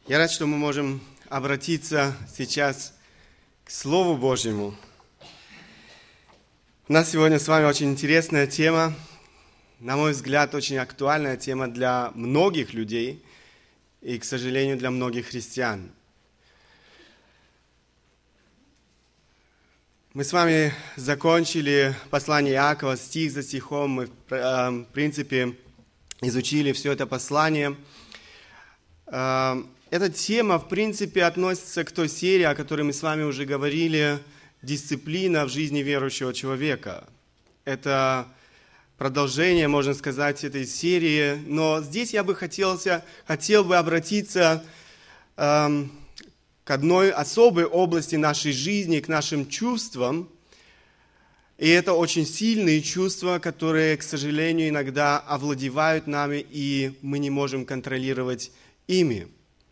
Я рад, что мы можем обратиться сейчас к Слову Божьему. У нас сегодня с вами очень интересная тема, на мой взгляд, очень актуальная тема для многих людей и, к сожалению, для многих христиан. Мы с вами закончили послание Иакова стих за стихом, мы, в принципе, изучили все это послание. Эта тема, в принципе, относится к той серии, о которой мы с вами уже говорили, дисциплина в жизни верующего человека. Это продолжение, можно сказать, этой серии, но здесь я бы хотел бы обратиться к одной особой области нашей жизни, к нашим чувствам. И это очень сильные чувства, которые, к сожалению, иногда овладевают нами, и мы не можем контролировать ими.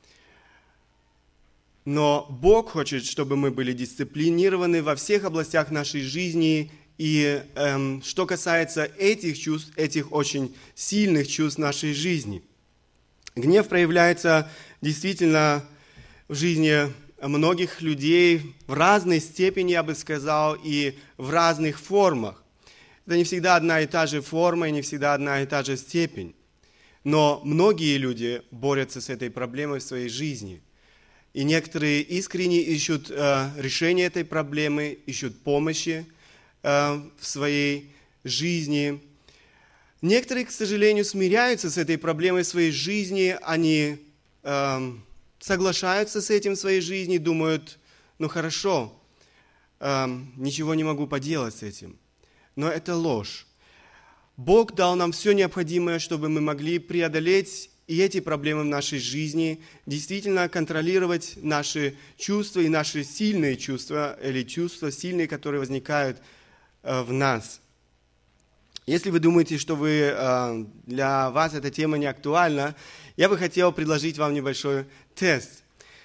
Но Бог хочет, чтобы мы были дисциплинированы во всех областях нашей жизни. И что касается этих чувств, этих очень сильных чувств нашей жизни. Гнев проявляется действительно в жизни многих людей в разной степени, я бы сказал, и в разных формах. Это не всегда одна и та же форма, и не всегда одна и та же степень. Но многие люди борются с этой проблемой в своей жизни. И некоторые искренне ищут решение этой проблемы, ищут помощи в своей жизни. Некоторые, к сожалению, смиряются с этой проблемой в своей жизни, они соглашаются с этим в своей жизни, думают, ну хорошо, ничего не могу поделать с этим. Но это ложь. Бог дал нам все необходимое, чтобы мы могли преодолеть и эти проблемы в нашей жизни, действительно контролировать наши чувства и наши сильные чувства, или чувства сильные, которые возникают в нас. Если вы думаете, что для вас эта тема не актуальна, я бы хотел предложить вам небольшой тест.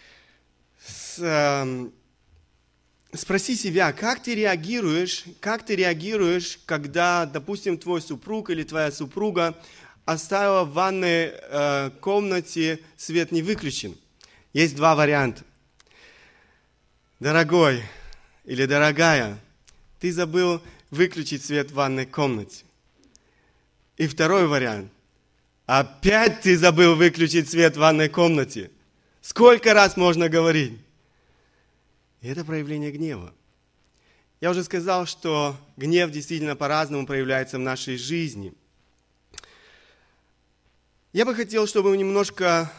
Спроси себя, как ты реагируешь, когда, допустим, твой супруг или твоя супруга оставила в ванной комнате свет не выключен. Есть два варианта. Дорогой или дорогая, ты забыл выключить свет в ванной комнате. И второй вариант. Опять ты забыл выключить свет в ванной комнате. Сколько раз можно говорить? И это проявление гнева. Я уже сказал, что гнев действительно по-разному проявляется в нашей жизни. Я бы хотел, чтобы мы немножко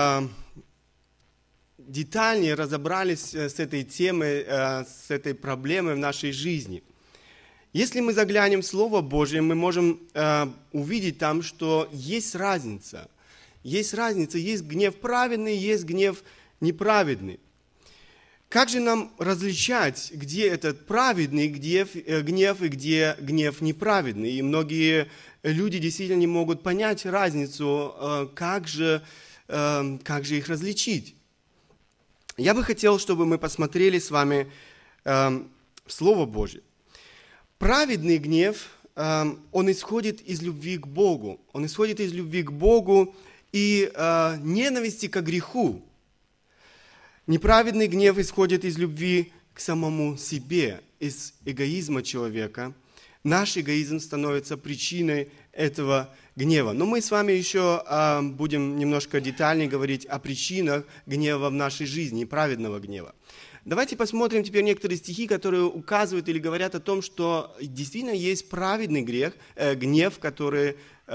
детальнее разобрались с этой темой, с этой проблемой в нашей жизни. Если мы заглянем в Слово Божье, мы можем увидеть там, что есть разница. Есть разница, есть гнев праведный, есть гнев неправедный. Как же нам различать, где этот праведный гнев и где гнев неправедный? И многие люди действительно не могут понять разницу, как же их различить. Я бы хотел, чтобы мы посмотрели с вами в Слово Божье. Праведный гнев, он исходит из любви к Богу. Он исходит из любви к Богу и ненависти к греху. Неправедный гнев исходит из любви к самому себе, из эгоизма человека. Наш эгоизм становится причиной этого гнева. Но мы с вами еще будем немножко детальнее говорить о причинах гнева в нашей жизни, праведного гнева. Давайте посмотрим теперь некоторые стихи, которые указывают или говорят о том, что действительно есть праведный гнев, который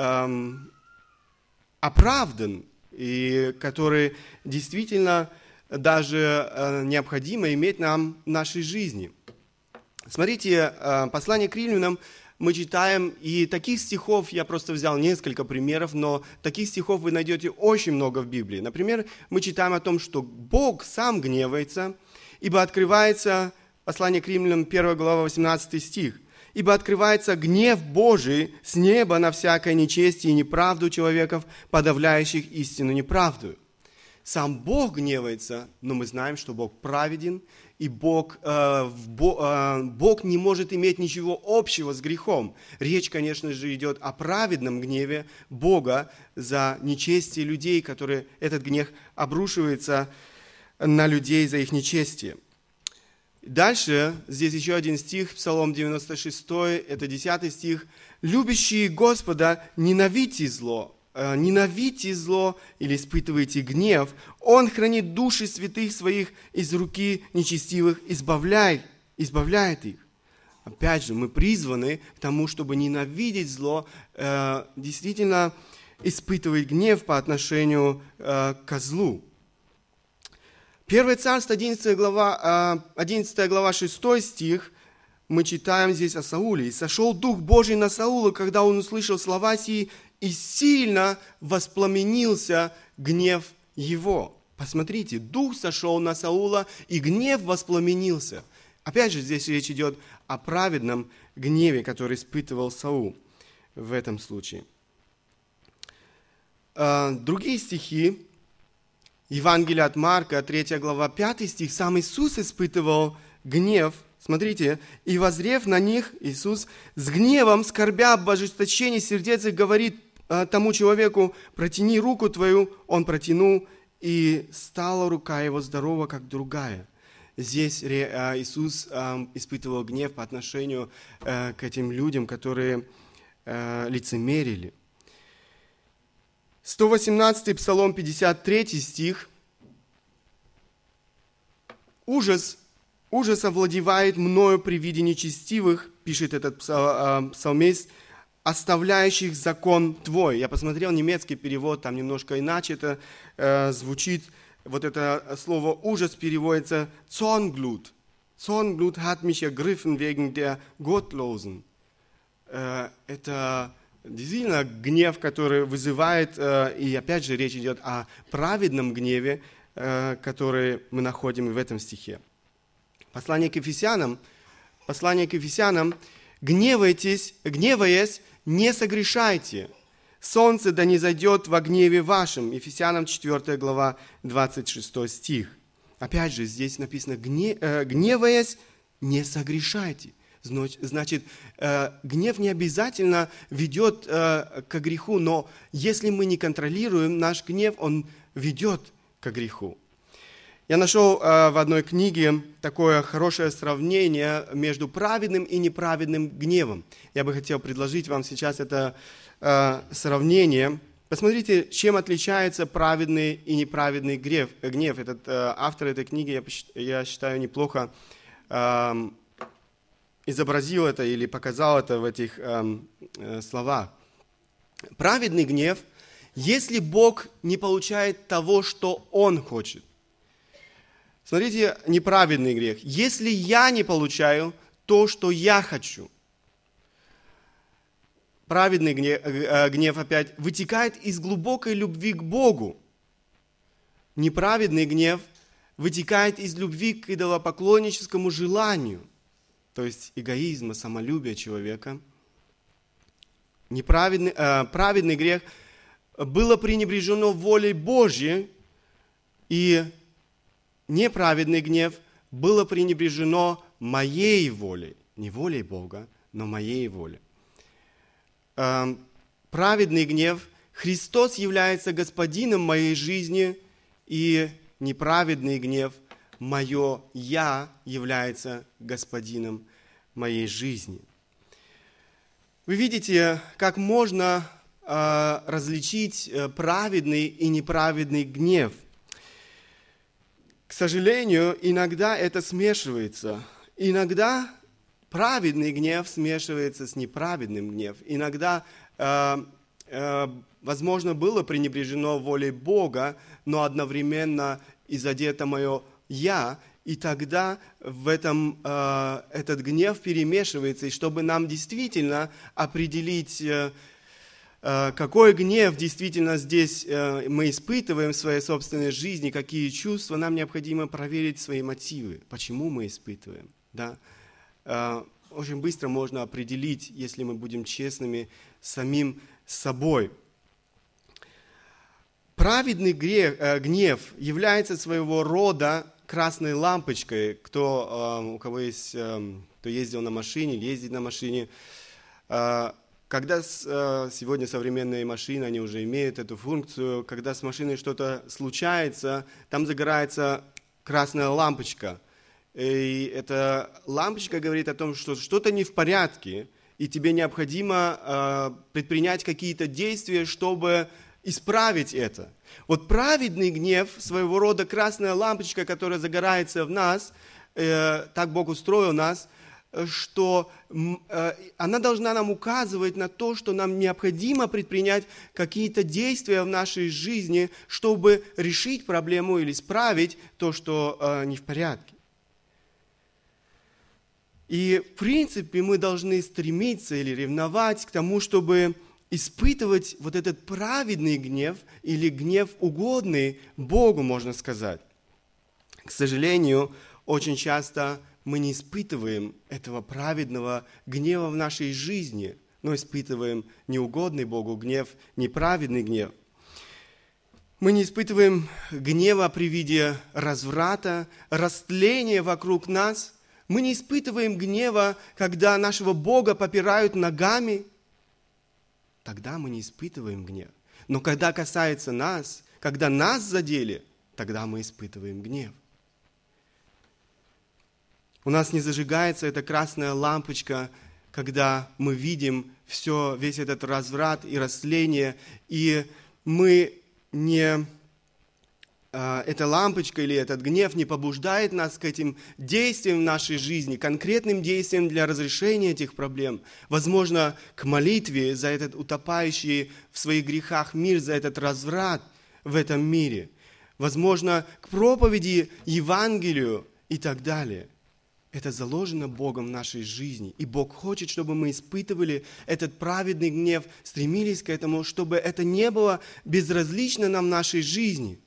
оправдан и который действительно даже необходимо иметь нам в нашей жизни. Смотрите, послание к Римлянам мы читаем, и таких стихов, я просто взял несколько примеров, но таких стихов вы найдете очень много в Библии. Например, мы читаем о том, что Бог сам гневается, ибо открывается, послание к Римлянам, 1 глава, 18 стих, «Ибо открывается гнев Божий с неба на всякое нечестие и неправду человеков, подавляющих истину неправдою». сам Бог гневается, но мы знаем, что Бог праведен, и Бог не может иметь ничего общего с грехом. Речь, конечно же, идет о праведном гневе Бога за нечестие людей, которые этот гнев обрушивается на людей за их нечестие. Дальше, здесь еще один стих, Псалом 96, это 10 стих. «Любящие Господа, ненавидьте зло, или испытывайте гнев. Он хранит души святых своих из руки нечестивых, избавляет их». Опять же, мы призваны к тому, чтобы ненавидеть зло, действительно испытывать гнев по отношению к злу. 1 Царств, 11 глава, 6 стих, мы читаем здесь о Сауле. «И сошел Дух Божий на Саула, когда он услышал слова сии, и сильно воспламенился гнев его». Посмотрите, Дух сошел на Саула, и гнев воспламенился. Опять же, здесь речь идет о праведном гневе, который испытывал Саул в этом случае. Другие стихи, Евангелие от Марка, 3 глава, 5 стих, сам Иисус испытывал гнев. Смотрите, «И воззрев на них, Иисус с гневом, скорбя об ожесточении сердец их, говорит тому человеку: протяни руку твою». Он протянул, и стала рука его здорова, как другая. Здесь Иисус испытывал гнев по отношению к этим людям, которые лицемерили. 118 Псалом, 53 стих. «Ужас овладевает мною при виде нечестивых», пишет этот псалмист, «оставляющих закон Твой». Я посмотрел немецкий перевод, там немножко иначе это звучит. Вот это слово «ужас» переводится «Zornglut». «Zornglut hat mich ergriffen wegen der Gottlosen». Это действительно гнев, который вызывает, и опять же речь идет о праведном гневе, который мы находим в этом стихе. Послание к Ефесянам, «Гневаясь, не согрешайте. Солнце да не зайдет во гневе вашем». Ефесянам 4 глава, 26 стих. Опять же, здесь написано: «Гневаясь, не согрешайте». Значит, гнев не обязательно ведет к греху, но если мы не контролируем наш гнев, он ведет к греху. Я нашел в одной книге такое хорошее сравнение между праведным и неправедным гневом. Я бы хотел предложить вам сейчас это сравнение. Посмотрите, чем отличается праведный и неправедный гнев. Этот автор этой книги, я считаю, неплохо изобразил это или показал это в этих словах. Праведный гнев, если Бог не получает того, что Он хочет. Смотрите, неправедный грех. Если я не получаю то, что я хочу. Праведный гнев опять вытекает из глубокой любви к Богу. Неправедный гнев вытекает из любви к идолопоклонническому желанию, то есть эгоизма, самолюбия человека. Праведный грех было пренебрежено волей Божьей, и неправедный гнев было пренебрежено моей волей. Не волей Бога, но моей волей. Праведный гнев, Христос является господином моей жизни, и неправедный гнев, мое «я» является господином моей жизни. Вы видите, как можно различить праведный и неправедный гнев. К сожалению, иногда это смешивается. Иногда праведный гнев смешивается с неправедным гневом. Иногда, возможно, было пренебрежено волей Бога, но одновременно и задето мое «я», и тогда в этом этот гнев перемешивается. И чтобы нам действительно определить, какой гнев действительно здесь мы испытываем в своей собственной жизни, какие чувства, нам необходимо проверить свои мотивы, почему мы испытываем. Да? Очень быстро можно определить, если мы будем честными с самим собой. Праведный гнев является своего рода красной лампочкой. У кого есть, кто ездил на машине или ездит на машине, когда сегодня современные машины, они уже имеют эту функцию, когда с машиной что-то случается, там загорается красная лампочка. И эта лампочка говорит о том, что что-то не в порядке, и тебе необходимо предпринять какие-то действия, чтобы исправить это. Вот праведный гнев, своего рода красная лампочка, которая загорается в нас, так Бог устроил нас, что она должна нам указывать на то, что нам необходимо предпринять какие-то действия в нашей жизни, чтобы решить проблему или исправить то, что не в порядке. И в принципе мы должны стремиться или ревновать к тому, чтобы испытывать вот этот праведный гнев или гнев угодный Богу, можно сказать. К сожалению, очень часто мы не испытываем этого праведного гнева в нашей жизни, но испытываем неугодный Богу гнев, неправедный гнев. Мы не испытываем гнева при виде разврата, растления вокруг нас. Мы не испытываем гнева, когда нашего Бога попирают ногами. Тогда мы не испытываем гнев. Но когда касается нас, когда нас задели, тогда мы испытываем гнев. У нас не зажигается эта красная лампочка, когда мы видим весь этот разврат и растление, и эта лампочка или этот гнев не побуждает нас к этим действиям в нашей жизни, конкретным действиям для разрешения этих проблем. Возможно, к молитве за этот утопающий в своих грехах мир, за этот разврат в этом мире. Возможно, к проповеди Евангелию и так далее. Это заложено Богом в нашей жизни. И Бог хочет, чтобы мы испытывали этот праведный гнев, стремились к этому, чтобы это не было безразлично нам в нашей жизни.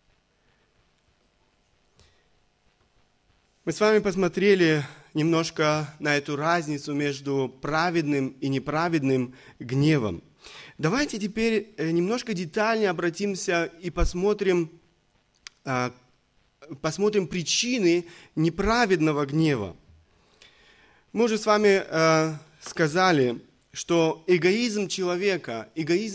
Мы с вами посмотрели немножко на эту разницу между праведным и неправедным гневом. Давайте теперь немножко детальнее обратимся и посмотрим причины неправедного гнева. Мы уже с вами сказали, что эгоизм человека,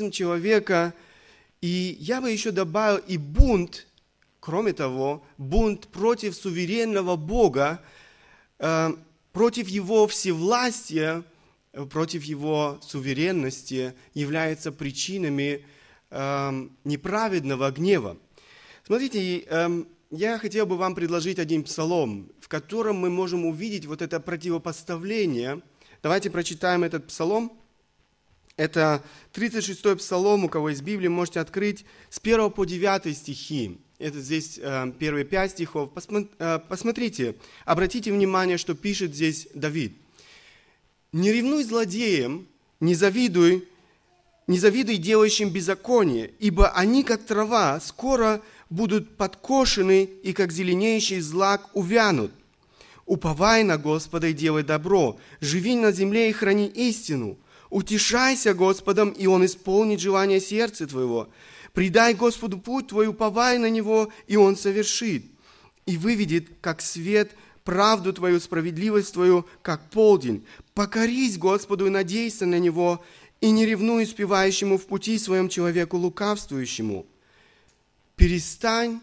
и я бы еще добавил и бунт, кроме того, бунт против суверенного Бога, против Его всевластия, против Его суверенности являются причинами неправедного гнева. Смотрите, я хотел бы вам предложить один псалом, в котором мы можем увидеть вот это противопоставление. Давайте прочитаем этот псалом. Это 36-й псалом, у кого есть Библия, можете открыть с 1 по 9 стихи. Это здесь первые 5 стихов. Посмотрите, обратите внимание, что пишет здесь Давид. «Не ревнуй злодеям, не завидуй делающим беззаконие, ибо они, как трава, скоро будут подкошены, и как зеленеющий злак увянут. Уповай на Господа и делай добро, живи на земле и храни истину. Утешайся Господом, и Он исполнит желание сердца твоего. Предай Господу путь твой, уповай на Него, и Он совершит. И выведет, как свет, правду твою, справедливость твою, как полдень. Покорись Господу и надейся на Него, и не ревнуй успевающему в пути своем человеку лукавствующему. Перестань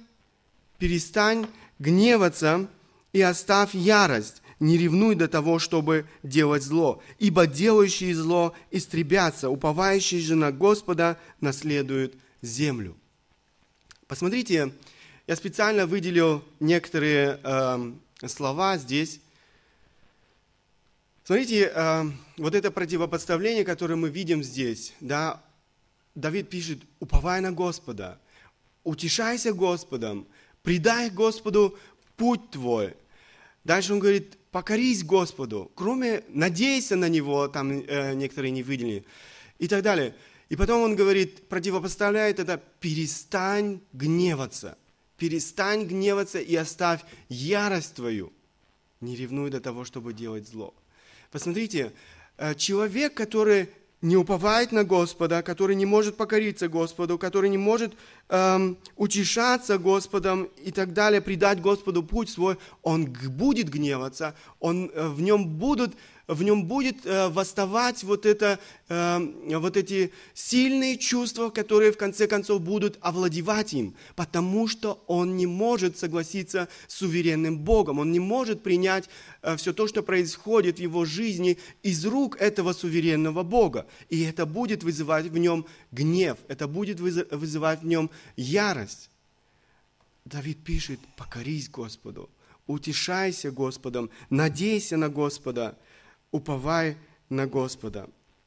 гневаться и оставь ярость. Не ревнуй до того, чтобы делать зло, ибо делающие зло истребятся, уповающие же на Господа наследуют землю». Посмотрите, я специально выделил некоторые слова здесь. Смотрите, вот это противопоставление, которое мы видим здесь. Да? Давид пишет: «Уповай на Господа, утешайся Господом, предай Господу путь твой». Дальше он говорит: «Покорись Господу». Кроме «надейся на Него», там некоторые не выделили, и так далее. И потом он говорит, противопоставляет это: «Перестань гневаться». «Перестань гневаться и оставь ярость твою. Не ревнуй до того, чтобы делать зло». Посмотрите, человек, который не уповает на Господа, который не может покориться Господу, который не может утешаться Господом и так далее, предать Господу путь свой, он будет гневаться, в нем будет восставать вот эти сильные чувства, которые в конце концов будут овладевать им, потому что он не может согласиться с суверенным Богом, он не может принять все то, что происходит в его жизни, из рук этого суверенного Бога. И это будет вызывать в нем гнев, это будет вызывать в нем ярость. Давид пишет: покорись Господу, утешайся Господом, надейся на Господа, уповай на Господа.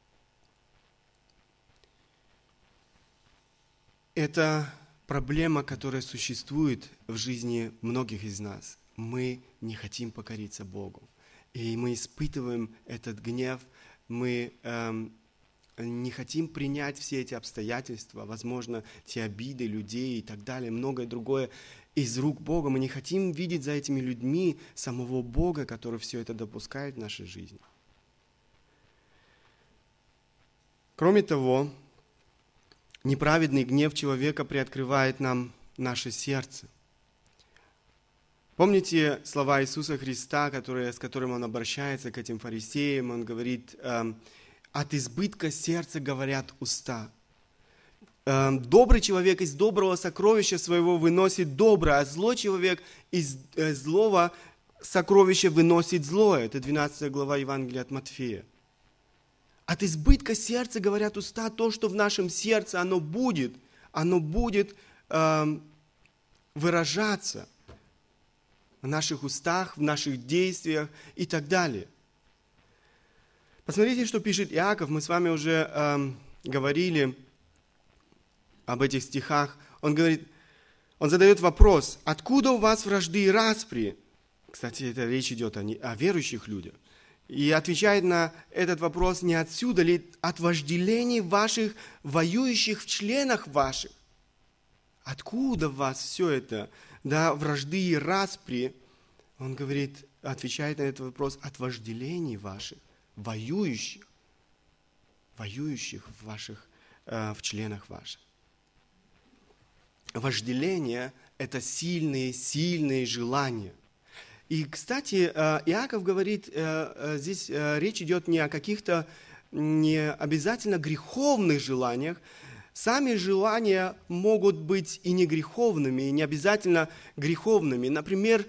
Это проблема, которая существует в жизни многих из нас. Мы не хотим покориться Богу. И мы испытываем этот гнев, мы не хотим принять все эти обстоятельства, возможно, те обиды людей и так далее, многое другое из рук Бога. Мы не хотим видеть за этими людьми самого Бога, который все это допускает в нашей жизни. Кроме того, неправедный гнев человека приоткрывает нам наше сердце. Помните слова Иисуса Христа, с которым Он обращается к этим фарисеям? Он говорит: от избытка сердца говорят уста. Добрый человек из доброго сокровища своего выносит доброе, а злой человек из злого сокровища выносит злое. Это 12 глава Евангелия от Матфея. От избытка сердца говорят уста, то, что в нашем сердце, оно будет выражаться в наших устах, в наших действиях и так далее. Посмотрите, что пишет Иаков. Мы с вами уже говорили об этих стихах. Он задает вопрос: откуда у вас вражды и распри? Кстати, это речь идет о верующих людях. И отвечает на этот вопрос: не отсюда ли от вожделений ваших, воюющих в членах ваших? Откуда в вас все это? Да, вражды и распри. Он говорит, отвечает на этот вопрос: от вожделений ваших, воюющих в членах ваших. Вожделение – это сильные желания. И, кстати, Иаков говорит, здесь речь идет не о каких-то не обязательно греховных желаниях. Сами желания могут быть и не греховными, и не обязательно греховными. Например,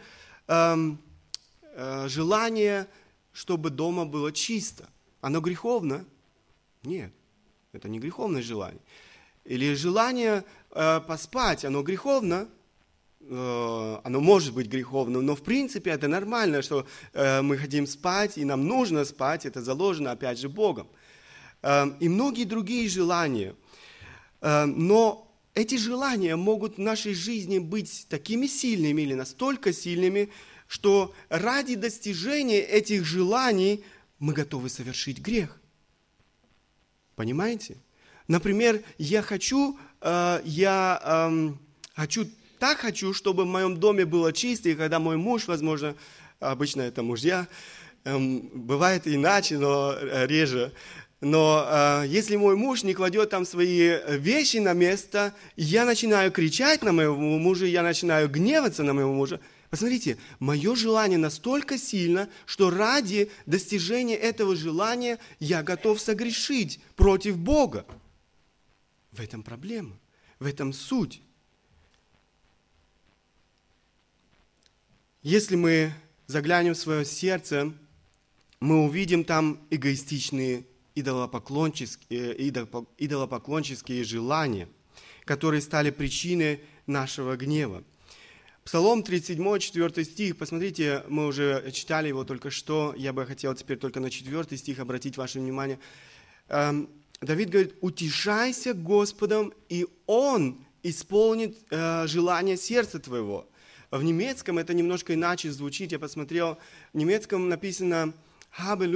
желание, чтобы дома было чисто. Оно греховно? Нет, это не греховное желание. Или желание поспать, оно греховно? Оно может быть греховным, но в принципе это нормально, что мы хотим спать, и нам нужно спать, это заложено опять же Богом. И многие другие желания. Но эти желания могут в нашей жизни быть такими сильными или настолько сильными, что ради достижения этих желаний мы готовы совершить грех. Понимаете? Например, я хочу, чтобы в моем доме было чисто, и когда мой муж, возможно, обычно это мужья, бывает иначе, но реже, но если мой муж не кладет там свои вещи на место, я начинаю кричать на моего мужа, я начинаю гневаться на моего мужа. Посмотрите, мое желание настолько сильно, что ради достижения этого желания я готов согрешить против Бога. В этом проблема, в этом суть. Если мы заглянем в свое сердце, мы увидим там эгоистичные идолопоклонческие желания, которые стали причиной нашего гнева. Псалом 37, 4 стих, посмотрите, мы уже читали его только что, я бы хотел теперь только на 4 стих обратить ваше внимание. Давид говорит: «Утешайся Господом, и Он исполнит желание сердца твоего». В немецком это немножко иначе звучит, я посмотрел, в немецком написано «Habe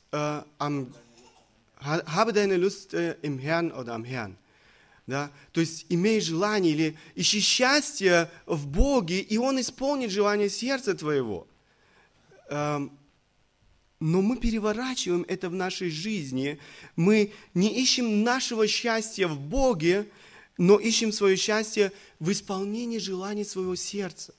deine Lust im Herrn oder am Herrn». Да? То есть имей желание или ищи счастье в Боге, и Он исполнит желание сердца твоего. но мы переворачиваем это в нашей жизни. Мы не ищем нашего счастья в Боге, но ищем свое счастье в исполнении желаний своего сердца.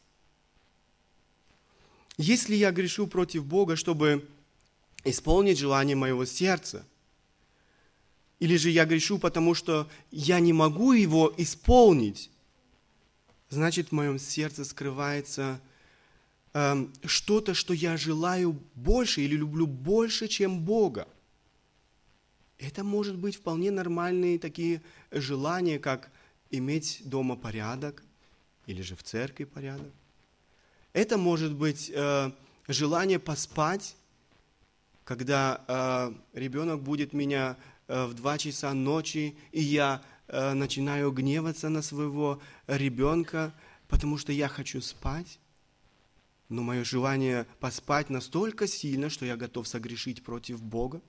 Если я грешу против Бога, чтобы исполнить желание моего сердца, или же я грешу, потому что я не могу его исполнить, значит, в моем сердце скрывается что-то, что я желаю больше или люблю больше, чем Бога. Это может быть вполне нормальные такие желания, как иметь дома порядок или же в церкви порядок. Это может быть желание поспать, когда ребенок будет меня в 2 часа ночи, и я начинаю гневаться на своего ребенка, потому что я хочу спать. Но мое желание поспать настолько сильно, что я готов согрешить против Бога.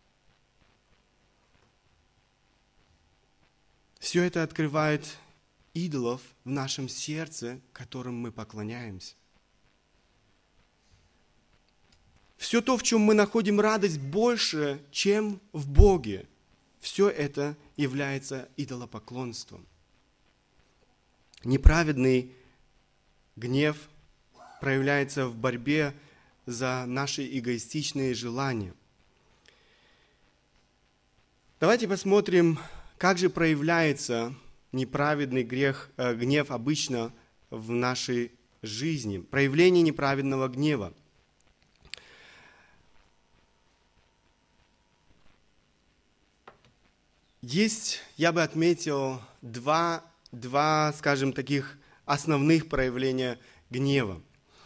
Все это открывает идолов в нашем сердце, которым мы поклоняемся. Все то, в чем мы находим радость больше, чем в Боге, все это является идолопоклонством. Неправедный гнев проявляется в борьбе за наши эгоистичные желания. Давайте посмотрим, как же проявляется неправедный гнев обычно в нашей жизни. Проявление неправедного гнева. Есть, я бы отметил, два, скажем, таких основных проявления гнева.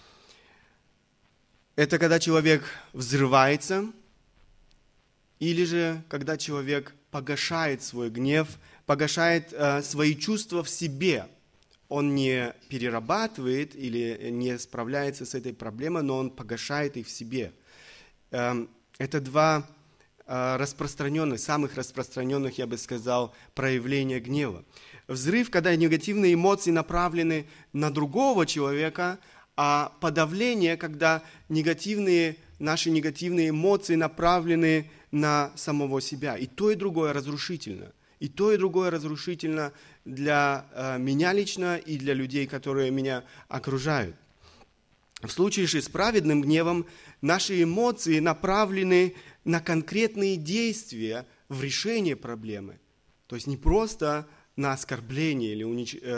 Это когда человек взрывается, или же когда человек погашает свой гнев, погашает свои чувства в себе. Он не перерабатывает или не справляется с этой проблемой, но он погашает их в себе. Это два распространенных, самых распространенных, я бы сказал, проявления гнева. Взрыв, когда негативные эмоции направлены на другого человека, а подавление, когда наши негативные эмоции направлены на самого себя. И то, и другое разрушительно. И то, и другое разрушительно для меня лично и для людей, которые меня окружают. В случае же с праведным гневом наши эмоции направлены на конкретные действия в решении проблемы. То есть не просто на оскорбление или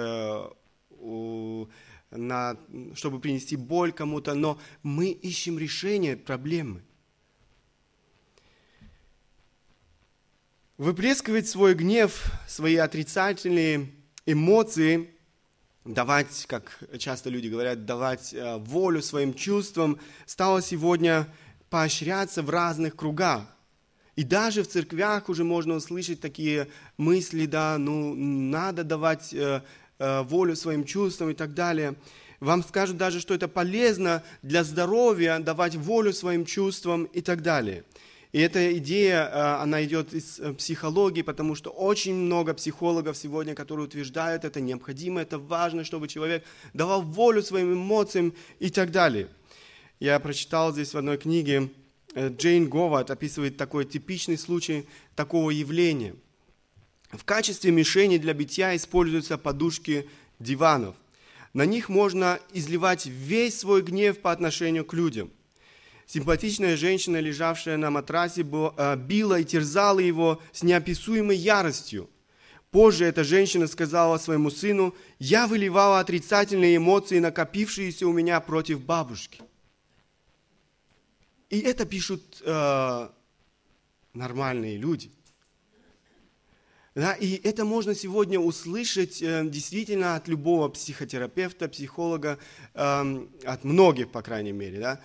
чтобы принести боль кому-то, но мы ищем решение проблемы. Выплескивать свой гнев, свои отрицательные эмоции, давать, как часто люди говорят, давать волю своим чувствам, стало сегодня поощряться в разных кругах. И даже в церквях уже можно услышать такие мысли, надо давать волю своим чувствам и так далее. Вам скажут даже, что это полезно для здоровья, давать волю своим чувствам и так далее. И эта идея, она идет из психологии, потому что очень много психологов сегодня, которые утверждают, это необходимо, это важно, чтобы человек давал волю своим эмоциям и так далее. Я прочитал здесь в одной книге, Джейн Говард описывает такой типичный случай такого явления. В качестве мишени для битья используются подушки диванов. На них можно изливать весь свой гнев по отношению к людям. Симпатичная женщина, лежавшая на матрасе, била и терзала его с неописуемой яростью. Позже эта женщина сказала своему сыну: «Я выливала отрицательные эмоции, накопившиеся у меня против бабушки». И это пишут нормальные люди. Да, и это можно сегодня услышать действительно от любого психотерапевта, психолога, от многих, по крайней мере. Да.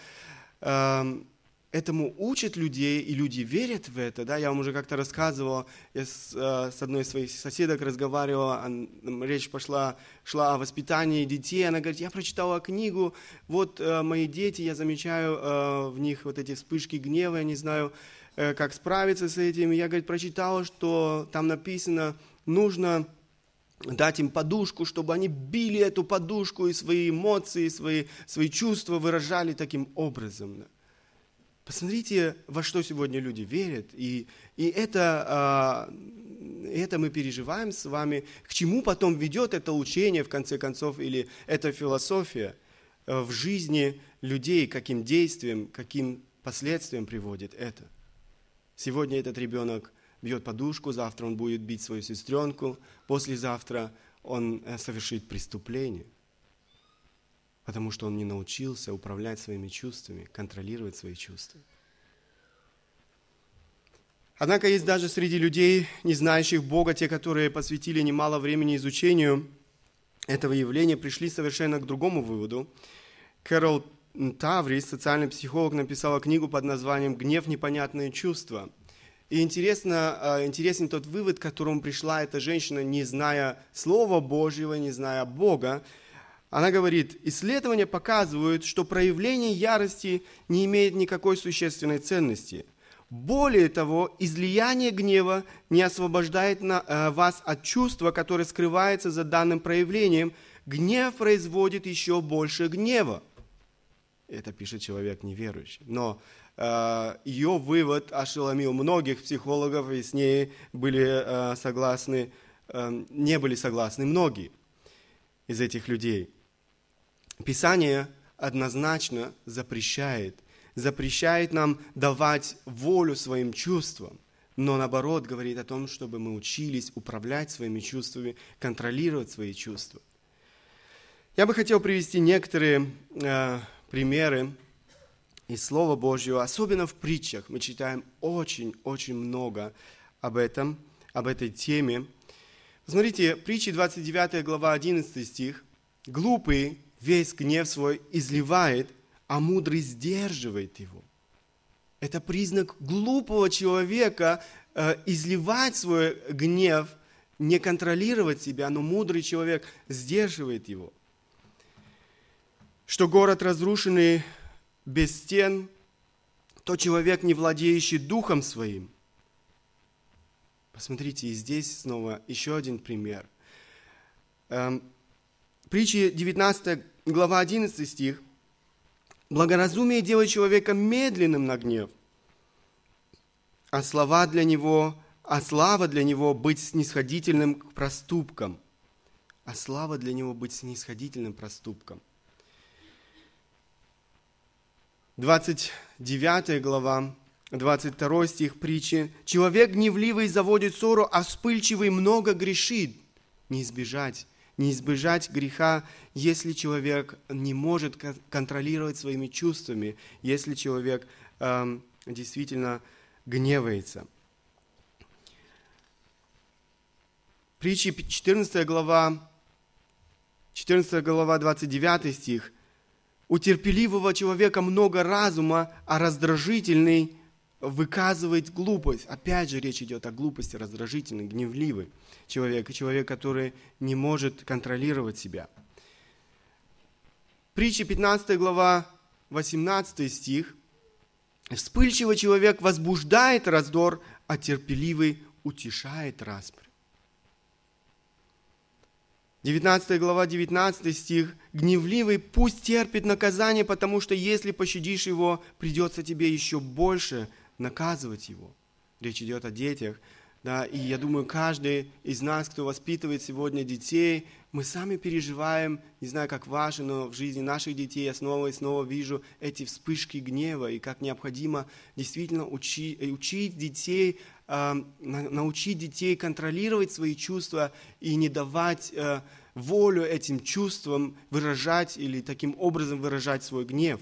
Этому учат людей, и люди верят в это. Да. Я вам уже как-то рассказывал, я с одной из своих соседок разговаривал, речь шла о воспитании детей. Она говорит: я прочитала книгу, вот мои дети, я замечаю в них вот эти вспышки гнева, я не знаю, как справиться с этим. Я, говорит, прочитала, что там написано, нужно дать им подушку, чтобы они били эту подушку и свои эмоции, свои чувства выражали таким образом. Посмотрите, во что сегодня люди верят, и это мы переживаем с вами. К чему потом ведет это учение, в конце концов, или эта философия в жизни людей, каким действием, каким последствиям приводит это. Сегодня этот ребенок бьет подушку, завтра он будет бить свою сестренку, послезавтра он совершит преступление, потому что он не научился управлять своими чувствами, контролировать свои чувства. Однако есть даже среди людей, не знающих Бога, те, которые посвятили немало времени изучению этого явления, пришли совершенно к другому выводу. Кэрол Таврис, социальный психолог, написала книгу под названием «Гнев. Непонятные чувства». И интересен тот вывод, к которому пришла эта женщина, не зная Слова Божьего, не зная Бога. Она говорит: исследования показывают, что проявление ярости не имеет никакой существенной ценности. Более того, излияние гнева не освобождает вас от чувства, которое скрывается за данным проявлением. Гнев производит еще больше гнева. Это пишет человек неверующий. Но ее вывод ошеломил многих психологов, и с ней были согласны, не были согласны многие из этих людей. Писание однозначно запрещает нам давать волю своим чувствам, но наоборот говорит о том, чтобы мы учились управлять своими чувствами, контролировать свои чувства. Я бы хотел привести некоторые примеры из Слова Божьего, особенно в притчах. Мы читаем очень много об этой теме. Смотрите, притчи 29 глава 11 стих. «Глупый весь гнев свой изливает, а мудрый сдерживает его». Это признак глупого человека изливать свой гнев, не контролировать себя, но мудрый человек сдерживает его. Что город разрушенный без стен, то человек, не владеющий духом своим. Посмотрите, и здесь снова еще один пример. Притчи 19 глава 11 стих. «Благоразумие делает человека медленным на гнев, а слава для него быть снисходительным к проступкам». А слава для него быть снисходительным проступком. 29 глава, 22 стих притчи. «Человек гневливый заводит ссору, а вспыльчивый много грешит». Не избежать греха, если человек не может контролировать своими чувствами, если человек действительно гневается. Притчи 14 глава, 29 стих. «У терпеливого человека много разума, а раздражительный выказывает глупость». Опять же речь идет о глупости, раздражительный, гневливый человек, который не может контролировать себя. Притчи 15 глава, 18 стих. «Вспыльчивый человек возбуждает раздор, а терпеливый утешает распрь». 19 глава, 19 стих. «Гневливый пусть терпит наказание, потому что если пощадишь его, придется тебе еще больше наказывать его». Речь идет о детях. Да, и я думаю, каждый из нас, кто воспитывает сегодня детей, мы сами переживаем, не знаю, как ваши, но в жизни наших детей я снова и снова вижу эти вспышки гнева, и как необходимо действительно учить детей, научить детей контролировать свои чувства и не давать волю этим чувствам выражать или таким образом выражать свой гнев.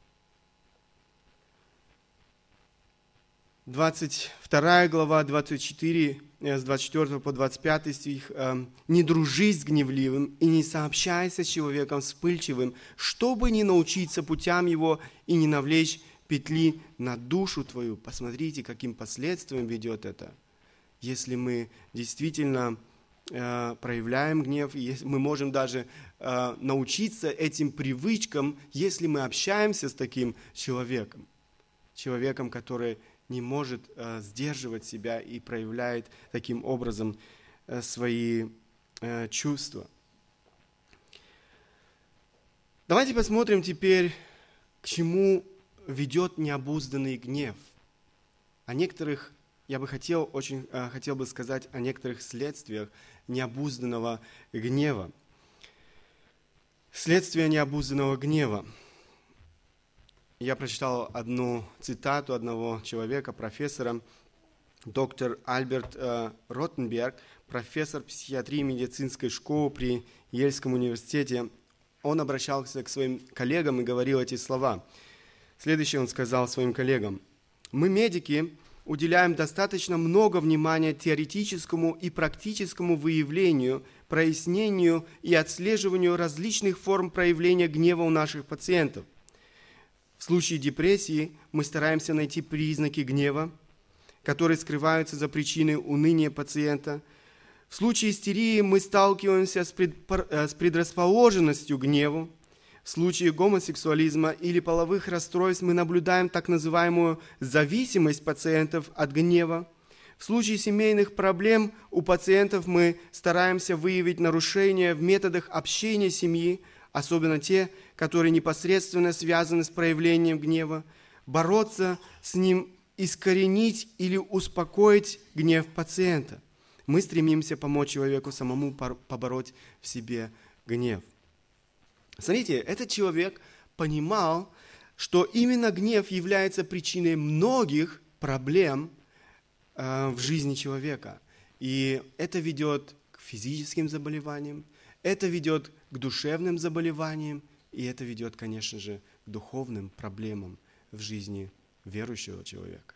22 глава, 24, с 24 по 25 стих. «Не дружись с гневливым и не сообщайся с человеком вспыльчивым, чтобы не научиться путям его и не навлечь петли на душу твою». Посмотрите, каким последствиям ведет это. Если мы действительно проявляем гнев, мы можем даже научиться этим привычкам, если мы общаемся с таким человеком, который не может сдерживать себя и проявляет таким образом свои чувства. Давайте посмотрим теперь, к чему ведет необузданный гнев. О некоторых, я бы очень хотел бы сказать о некоторых следствиях необузданного гнева. Следствие необузданного гнева. Я прочитал одну цитату одного человека, профессора, доктор Альберт Ротенберг, профессор психиатрии и медицинской школы при Ельском университете. Он обращался к своим коллегам и говорил эти слова. Следующее он сказал своим коллегам. «Мы, медики, уделяем достаточно много внимания теоретическому и практическому выявлению, прояснению и отслеживанию различных форм проявления гнева у наших пациентов. В случае депрессии мы стараемся найти признаки гнева, которые скрываются за причиной уныния пациента. В случае истерии мы сталкиваемся с предрасположенностью к гневу. В случае гомосексуализма или половых расстройств мы наблюдаем так называемую зависимость пациентов от гнева. В случае семейных проблем у пациентов мы стараемся выявить нарушения в методах общения семьи, особенно те, которые непосредственно связаны с проявлением гнева, бороться с ним, искоренить или успокоить гнев пациента. Мы стремимся помочь человеку самому побороть в себе гнев». Смотрите, этот человек понимал, что именно гнев является причиной многих проблем в жизни человека. И это ведет к физическим заболеваниям, это ведет к душевным заболеваниям, и это ведет, конечно же, к духовным проблемам в жизни верующего человека.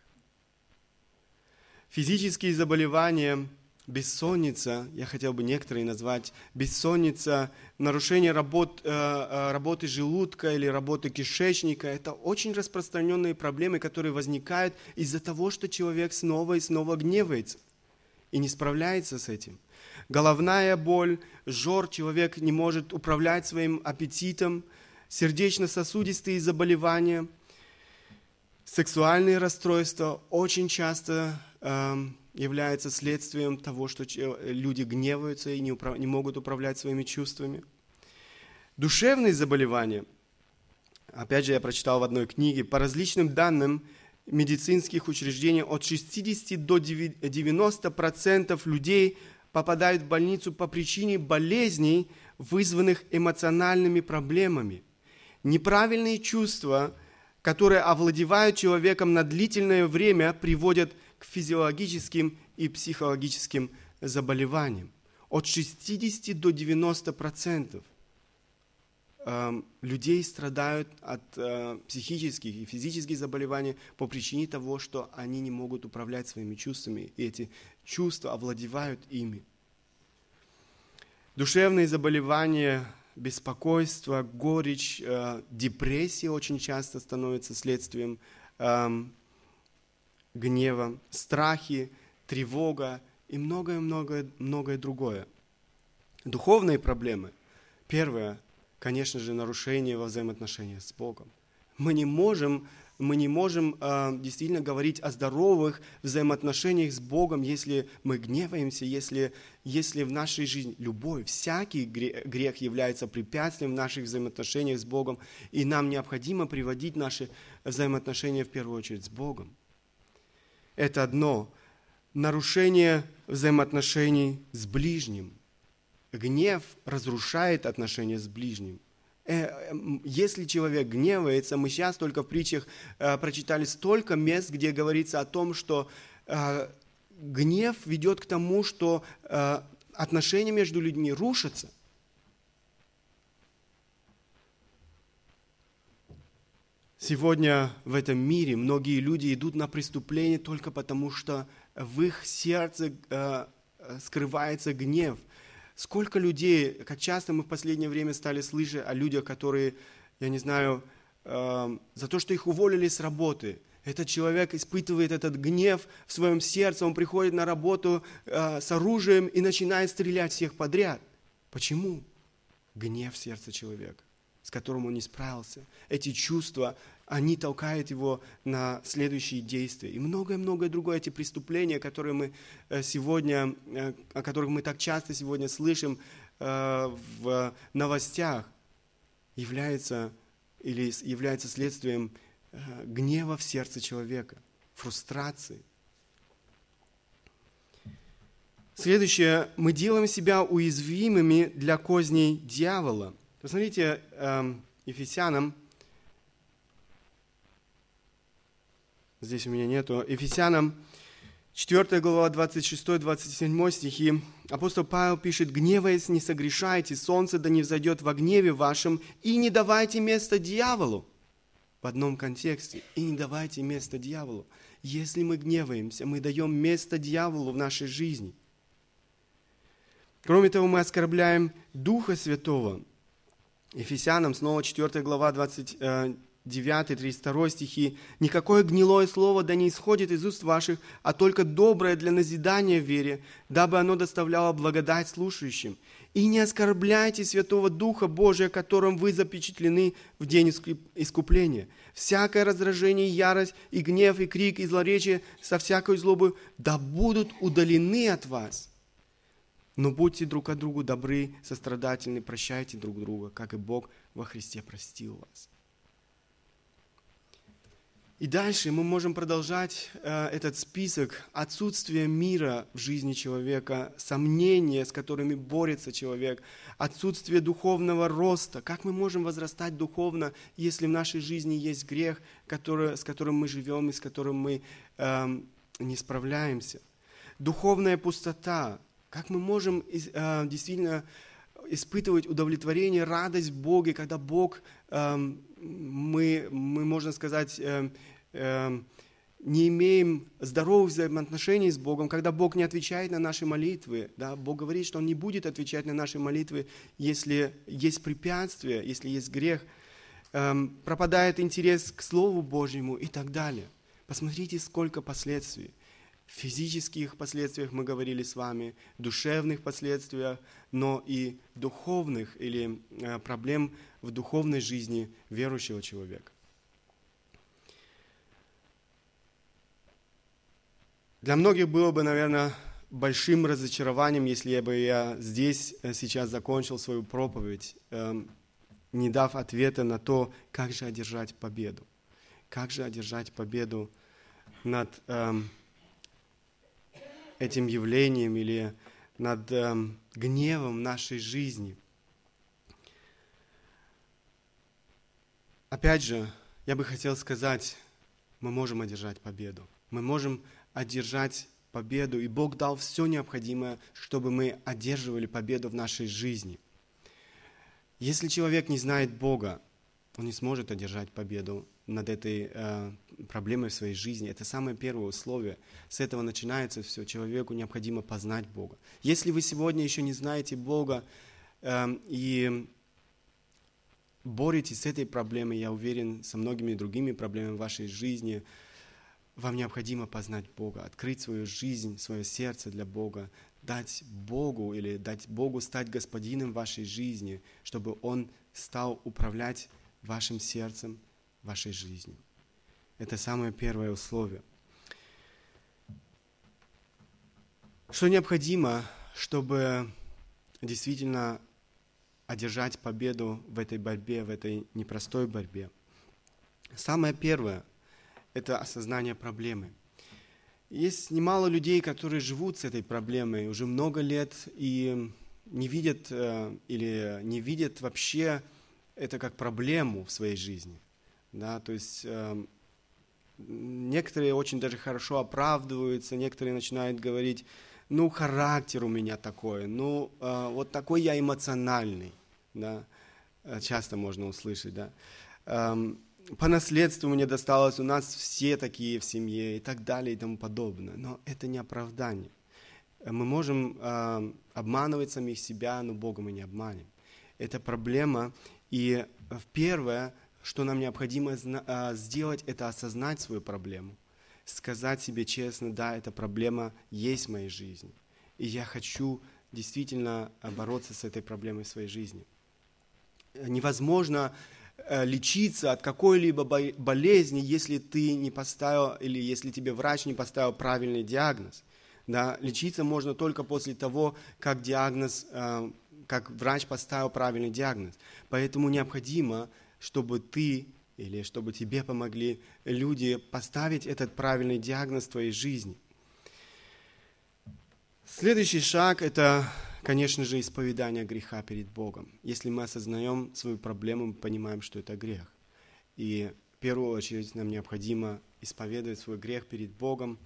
Физические заболевания, бессонница, я хотел бы некоторые назвать, бессонница, нарушение работы желудка или работы кишечника, это очень распространенные проблемы, которые возникают из-за того, что человек снова и снова гневается и не справляется с этим. Головная боль, жор, человек не может управлять своим аппетитом, сердечно-сосудистые заболевания, сексуальные расстройства очень часто являются следствием того, что люди гневаются и не могут управлять своими чувствами. Душевные заболевания, опять же, я прочитал в одной книге, по различным данным медицинских учреждений от 60 до 90% людей попадают в больницу по причине болезней, вызванных эмоциональными проблемами. Неправильные чувства, которые овладевают человеком на длительное время, приводят к физиологическим и психологическим заболеваниям. От 60 до 90% людей страдают от психических и физических заболеваний по причине того, что они не могут управлять своими чувствами, и эти чувства овладевают ими. Душевные заболевания, беспокойство, горечь, депрессия очень часто становятся следствием гнева, страхи, тревога и многое другое. Духовные проблемы. Первое, конечно же, нарушение во взаимоотношениях с Богом. Мы не можем действительно говорить о здоровых взаимоотношениях с Богом, если мы гневаемся, если в нашей жизни всякий грех является препятствием в наших взаимоотношениях с Богом, и нам необходимо приводить наши взаимоотношения в первую очередь с Богом. Это одно. Нарушение взаимоотношений с ближним. Гнев разрушает отношения с ближним. Если человек гневается, мы сейчас только в притчах прочитали столько мест, где говорится о том, что гнев ведет к тому, что отношения между людьми рушатся. Сегодня в этом мире многие люди идут на преступление только потому, что в их сердце скрывается гнев. Сколько людей, как часто мы в последнее время стали слышать о людях, которые, я не знаю, за то, что их уволили с работы. Этот человек испытывает этот гнев в своем сердце, он приходит на работу с оружием и начинает стрелять всех подряд. Почему? Гнев в сердце человека, с которым он не справился. Эти чувства, они толкают его на следующие действия. И многое-многое другое, эти преступления, которые мы сегодня, о которых мы так часто сегодня слышим в новостях, являются следствием гнева в сердце человека, фрустрации. Следующее. Мы делаем себя уязвимыми для козней дьявола. Посмотрите, Ефесянам, здесь у меня нету, Ефесянам 4 глава, 26-27 стихи. Апостол Павел пишет: «Гневаясь, не согрешайте, солнце да не взойдет во гневе вашем, и не давайте место дьяволу». В одном контексте. И не давайте место дьяволу. Если мы гневаемся, мы даем место дьяволу в нашей жизни. Кроме того, мы оскорбляем Духа Святого. Ефесянам, снова 4 глава, 29-32 стихи. «Никакое гнилое слово да не исходит из уст ваших, а только доброе для назидания в вере, дабы оно доставляло благодать слушающим. И не оскорбляйте Святого Духа Божия, которым вы запечатлены в день искупления. Всякое раздражение, ярость, и гнев, и крик, и злоречие со всякой злобой да будут удалены от вас. Но будьте друг от другу добры, сострадательны, прощайте друг друга, как и Бог во Христе простил вас». И дальше мы можем продолжать этот список. Отсутствие мира в жизни человека, сомнения, с которыми борется человек, отсутствие духовного роста. Как мы можем возрастать духовно, если в нашей жизни есть грех, с которым мы живем и с которым мы не справляемся? Духовная пустота. Как мы можем действительно испытывать удовлетворение, радость в Боге, когда Бог, мы можно сказать, не имеем здоровых взаимоотношений с Богом, когда Бог не отвечает на наши молитвы. Да? Бог говорит, что Он не будет отвечать на наши молитвы, если есть препятствия, если есть грех, пропадает интерес к Слову Божьему и так далее. Посмотрите, сколько последствий. В физических последствиях мы говорили с вами, душевных последствиях, но и духовных или проблем в духовной жизни верующего человека. Для многих было бы, наверное, большим разочарованием, если я здесь сейчас закончил свою проповедь, не дав ответа на то, как же одержать победу. Как же одержать победу над этим явлением или над гневом нашей жизни. Опять же, я бы хотел сказать, мы можем одержать победу. Мы можем одержать победу, и Бог дал все необходимое, чтобы мы одерживали победу в нашей жизни. Если человек не знает Бога, он не сможет одержать победу над этой проблемой в своей жизни. Это самое первое условие. С этого начинается все. Человеку необходимо познать Бога. Если вы сегодня еще не знаете Бога и боретесь с этой проблемой, я уверен, со многими другими проблемами в вашей жизни, вам необходимо познать Бога, открыть свою жизнь, свое сердце для Бога, дать Богу или дать Богу стать господином вашей жизни, чтобы Он стал управлять вашим сердцем, вашей жизнью. Это самое первое условие. Что необходимо, чтобы действительно одержать победу в этой борьбе, в этой непростой борьбе? Самое первое – это осознание проблемы. Есть немало людей, которые живут с этой проблемой уже много лет и не видят или не видят вообще это как проблему в своей жизни. Да? То есть некоторые очень даже хорошо оправдываются, некоторые начинают говорить, ну, характер у меня такой, ну, вот такой я эмоциональный. Да? Часто можно услышать, да. По наследству мне досталось, у нас все такие в семье и так далее и тому подобное. Но это не оправдание. Мы можем обманывать самих себя, но Бога мы не обманем. Это проблема. И первое, что нам необходимо сделать, это осознать свою проблему. Сказать себе честно, да, эта проблема есть в моей жизни. И я хочу действительно бороться с этой проблемой в своей жизни. Невозможно лечиться от какой-либо болезни, если ты не поставил, или если тебе врач не поставил правильный диагноз. Да? Лечиться можно только после того, как врач поставил правильный диагноз. Поэтому необходимо, чтобы ты или чтобы тебе помогли люди поставить этот правильный диагноз в твоей жизни. Следующий шаг – это, конечно же, исповедание греха перед Богом. Если мы осознаем свою проблему, мы понимаем, что это грех. И в первую очередь нам необходимо исповедовать свой грех перед Богом.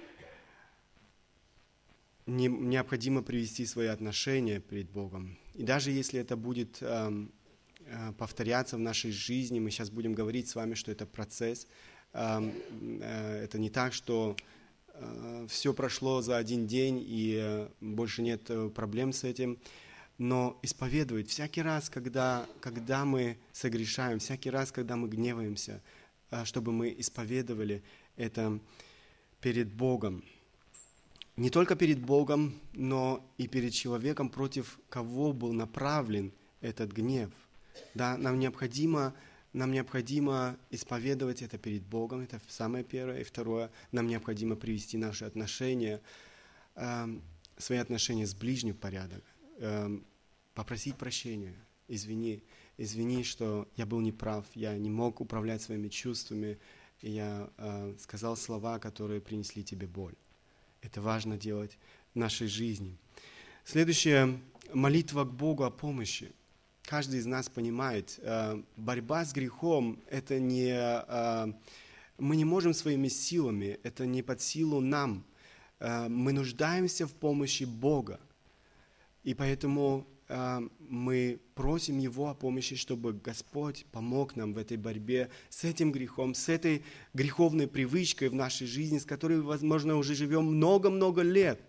Необходимо привести свои отношения перед Богом. И даже если это будет повторяться в нашей жизни, мы сейчас будем говорить с вами, что это процесс. Это не так, что все прошло за один день и больше нет проблем с этим. Но исповедовать всякий раз, когда мы согрешаем, всякий раз, когда мы гневаемся, чтобы мы исповедовали это перед Богом. Не только перед Богом, но и перед человеком, против кого был направлен этот гнев. Да, нам необходимо исповедовать это перед Богом, это самое первое. И второе, нам необходимо привести наши отношения, свои отношения с ближним в порядок, попросить прощения, извини, что я был неправ, я не мог управлять своими чувствами, и я сказал слова, которые принесли тебе боль. Это важно делать в нашей жизни. Следующее – молитва к Богу о помощи. Каждый из нас понимает, борьба с грехом – это не… Мы не можем своими силами, это не под силу нам. Мы нуждаемся в помощи Бога. И поэтому мы просим Его о помощи, чтобы Господь помог нам в этой борьбе с этим грехом, с этой греховной привычкой в нашей жизни, с которой, возможно, уже живем много-много лет.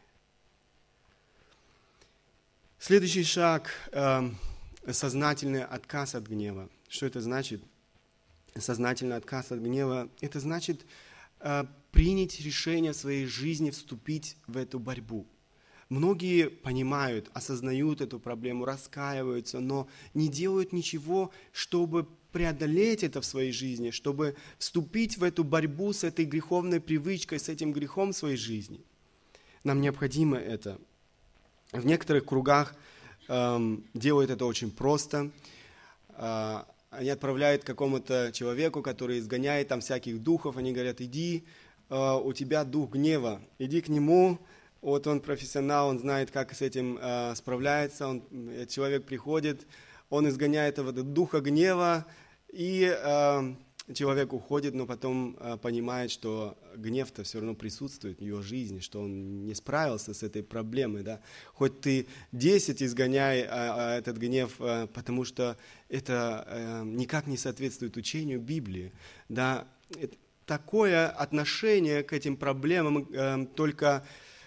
Следующий шаг – сознательный отказ от гнева. Что это значит? Сознательный отказ от гнева – это значит принять решение в своей жизни вступить в эту борьбу. Многие понимают, осознают эту проблему, раскаиваются, но не делают ничего, чтобы преодолеть это в своей жизни, чтобы вступить в эту борьбу с этой греховной привычкой, с этим грехом в своей жизни. Нам необходимо это. В некоторых кругах делают это очень просто. Они отправляют какому-то человеку, который изгоняет там всяких духов, они говорят: иди, у тебя дух гнева, иди к нему. Вот он профессионал, он знает, как с этим справляется. Человек приходит, он изгоняет этого духа гнева, и человек уходит, но потом понимает, что гнев-то все равно присутствует в его жизни, что он не справился с этой проблемой. Да? Хоть ты 10 изгоняй этот гнев, потому что это никак не соответствует учению Библии. Да? Такое отношение к этим проблемам только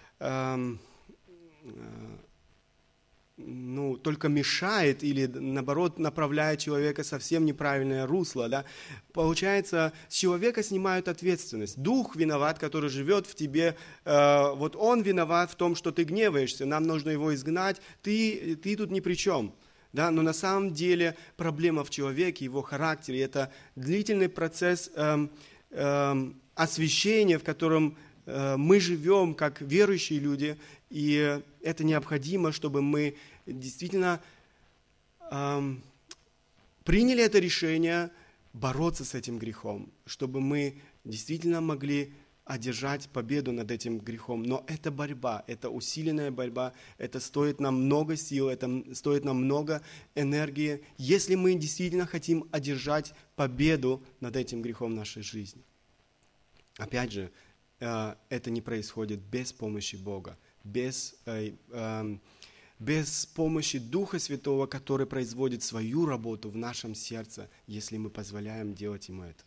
мешает или, наоборот, направляет человека совсем в неправильное русло. Да? Получается, с человека снимают ответственность. Дух виноват, который живет в тебе, вот он виноват в том, что ты гневаешься, нам нужно его изгнать, ты тут ни при чем. Да? Но на самом деле проблема в человеке, его характере, это длительный процесс освящения, в котором мы живем как верующие люди, и это необходимо, чтобы мы действительно приняли это решение бороться с этим грехом, чтобы мы действительно могли одержать победу над этим грехом. Но это борьба, это усиленная борьба, это стоит нам много сил, это стоит нам много энергии, если мы действительно хотим одержать победу над этим грехом в нашей жизни. Опять же, это не происходит без помощи Бога, без помощи Духа Святого, который производит свою работу в нашем сердце, если мы позволяем делать Ему это.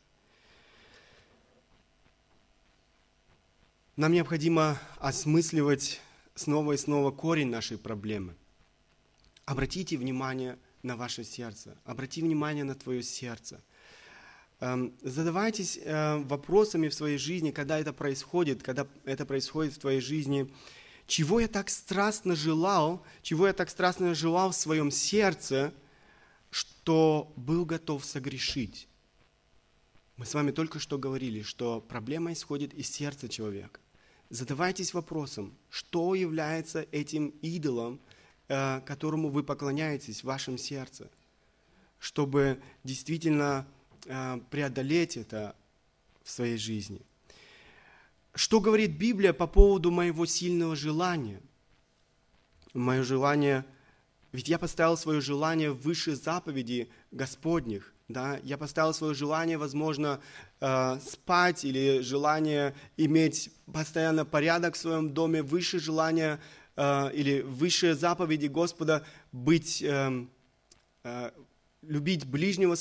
Нам необходимо осмысливать снова и снова корень нашей проблемы. Обратите внимание на ваше сердце, обрати внимание на твое сердце. Задавайтесь вопросами в своей жизни, когда это происходит в твоей жизни, чего я так страстно желал в своем сердце, что был готов согрешить. Мы с вами только что говорили, что проблема исходит из сердца человека. Задавайтесь вопросом, что является этим идолом, которому вы поклоняетесь в вашем сердце, чтобы действительно преодолеть это в своей жизни. Что говорит Библия по поводу моего сильного желания? Мое желание, ведь я поставил свое желание выше заповедей Господних. Да? Я поставил свое желание, возможно, спать или желание иметь постоянно порядок в своем доме, выше желания или выше заповеди Господа быть, любить ближнего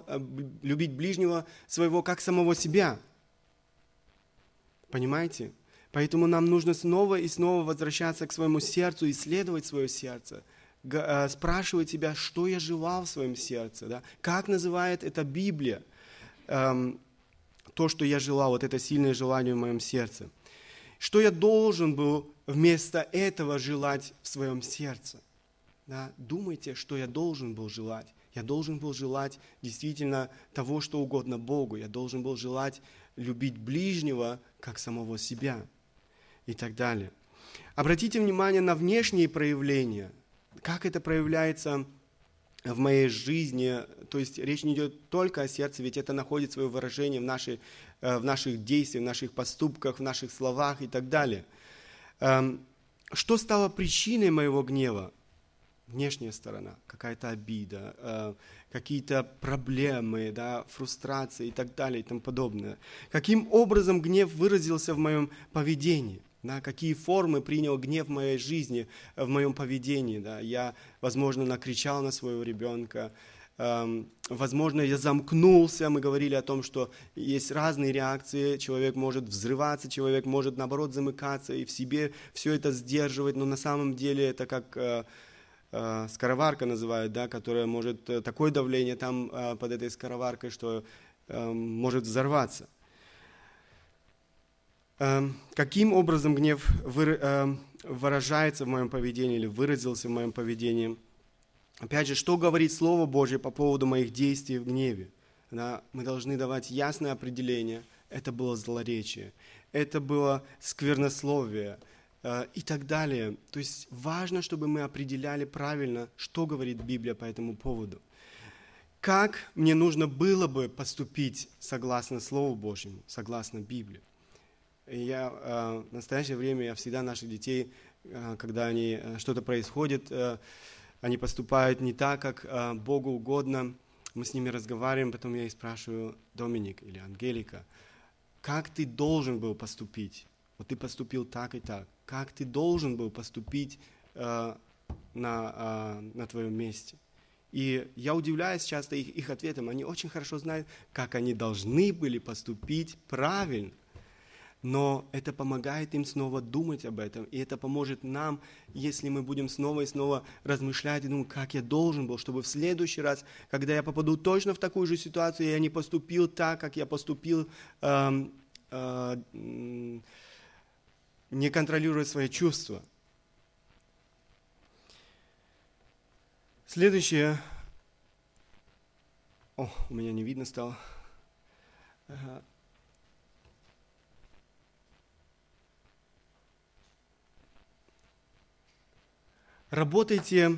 своего как самого себя. Понимаете? Поэтому нам нужно снова и снова возвращаться к своему сердцу, исследовать свое сердце, спрашивать себя, что я желал в своем сердце, да? Как называет это Библия, то, что я желал, вот это сильное желание в моем сердце. Что я должен был вместо этого желать в своем сердце? Да? Думайте, что я должен был желать. Я должен был желать действительно того, что угодно Богу. Я должен был желать любить ближнего, как самого себя. И так далее. Обратите внимание на внешние проявления. Как это проявляется в моей жизни. То есть речь не идет только о сердце, ведь это находит свое выражение в наших действиях, в наших поступках, в наших словах и так далее. Что стало причиной моего гнева? Внешняя сторона, какая-то обида, какие-то проблемы, да, фрустрации и так далее и тому подобное. Каким образом гнев выразился в моем поведении? Да, какие формы принял гнев в моей жизни, в моем поведении? Да? Я, возможно, накричал на своего ребенка, возможно, я замкнулся. Мы говорили о том, что есть разные реакции. Человек может взрываться, человек может, наоборот, замыкаться и в себе все это сдерживать, но на самом деле это как скороварка называют, да, которая может, такое давление там под этой скороваркой, что может взорваться. Каким образом гнев выражается в моем поведении или выразился в моем поведении? Опять же, что говорит Слово Божье по поводу моих действий в гневе? Да, мы должны давать ясное определение. Это было злоречие, это было сквернословие и так далее. То есть важно, чтобы мы определяли правильно, что говорит Библия по этому поводу. Как мне нужно было бы поступить согласно Слову Божьему, согласно Библии? В настоящее время я всегда наших детей, когда что-то происходит, они поступают не так, как Богу угодно, мы с ними разговариваем, потом я их спрашиваю: Доминик или Ангелика, как ты должен был поступить? Вот ты поступил так и так. Как ты должен был поступить на твоем месте? И я удивляюсь часто их ответам. Они очень хорошо знают, как они должны были поступить правильно. Но это помогает им снова думать об этом. И это поможет нам, если мы будем снова и снова размышлять и думать, как я должен был, чтобы в следующий раз, когда я попаду точно в такую же ситуацию, я не поступил так, как я поступил, не контролируя свои чувства. Следующее. У меня не видно стало. Работайте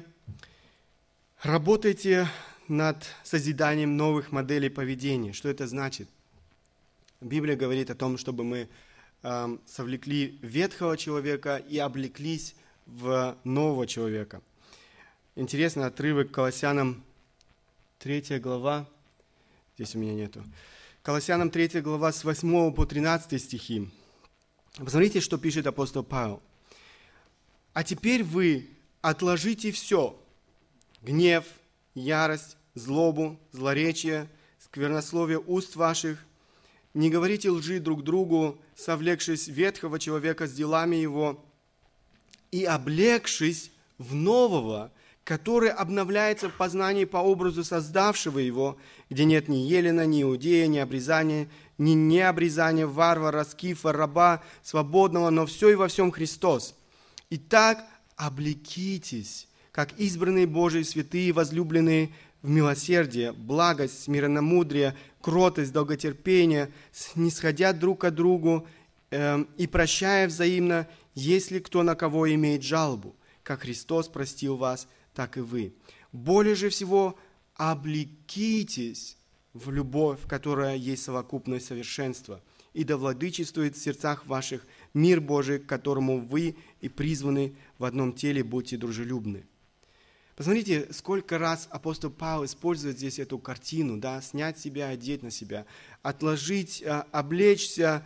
над созиданием новых моделей поведения. Что это значит? Библия говорит о том, чтобы мы совлекли ветхого человека и облеклись в нового человека. Интересный отрывок Колоссянам 3 глава. Здесь у меня нету. Колоссянам 3 глава с 8 по 13 стихи. Посмотрите, что пишет апостол Павел. «А теперь вы отложите все: гнев, ярость, злобу, злоречие, сквернословие уст ваших. Не говорите лжи друг другу, совлекшись ветхого человека с делами его, и облегшись в нового, который обновляется в познании по образу создавшего его, где нет ни елена, ни иудея, ни обрезания, ни необрезания, варвара, скифа, раба, свободного, но все и во всем Христос. Итак, облекитесь, как избранные Божии святые, возлюбленные в милосердие, благость, смиренномудрие, кротость, долготерпение, снисходя друг к другу и прощая взаимно, если кто на кого имеет жалобу, как Христос простил вас, так и вы. Более же всего облекитесь в любовь, которая есть совокупность совершенства, и да владычествует в сердцах ваших мир Божий, к которому вы и призваны в одном теле, будьте дружелюбны». Посмотрите, сколько раз апостол Павел использует здесь эту картину, да, снять себя, одеть на себя, отложить, облечься,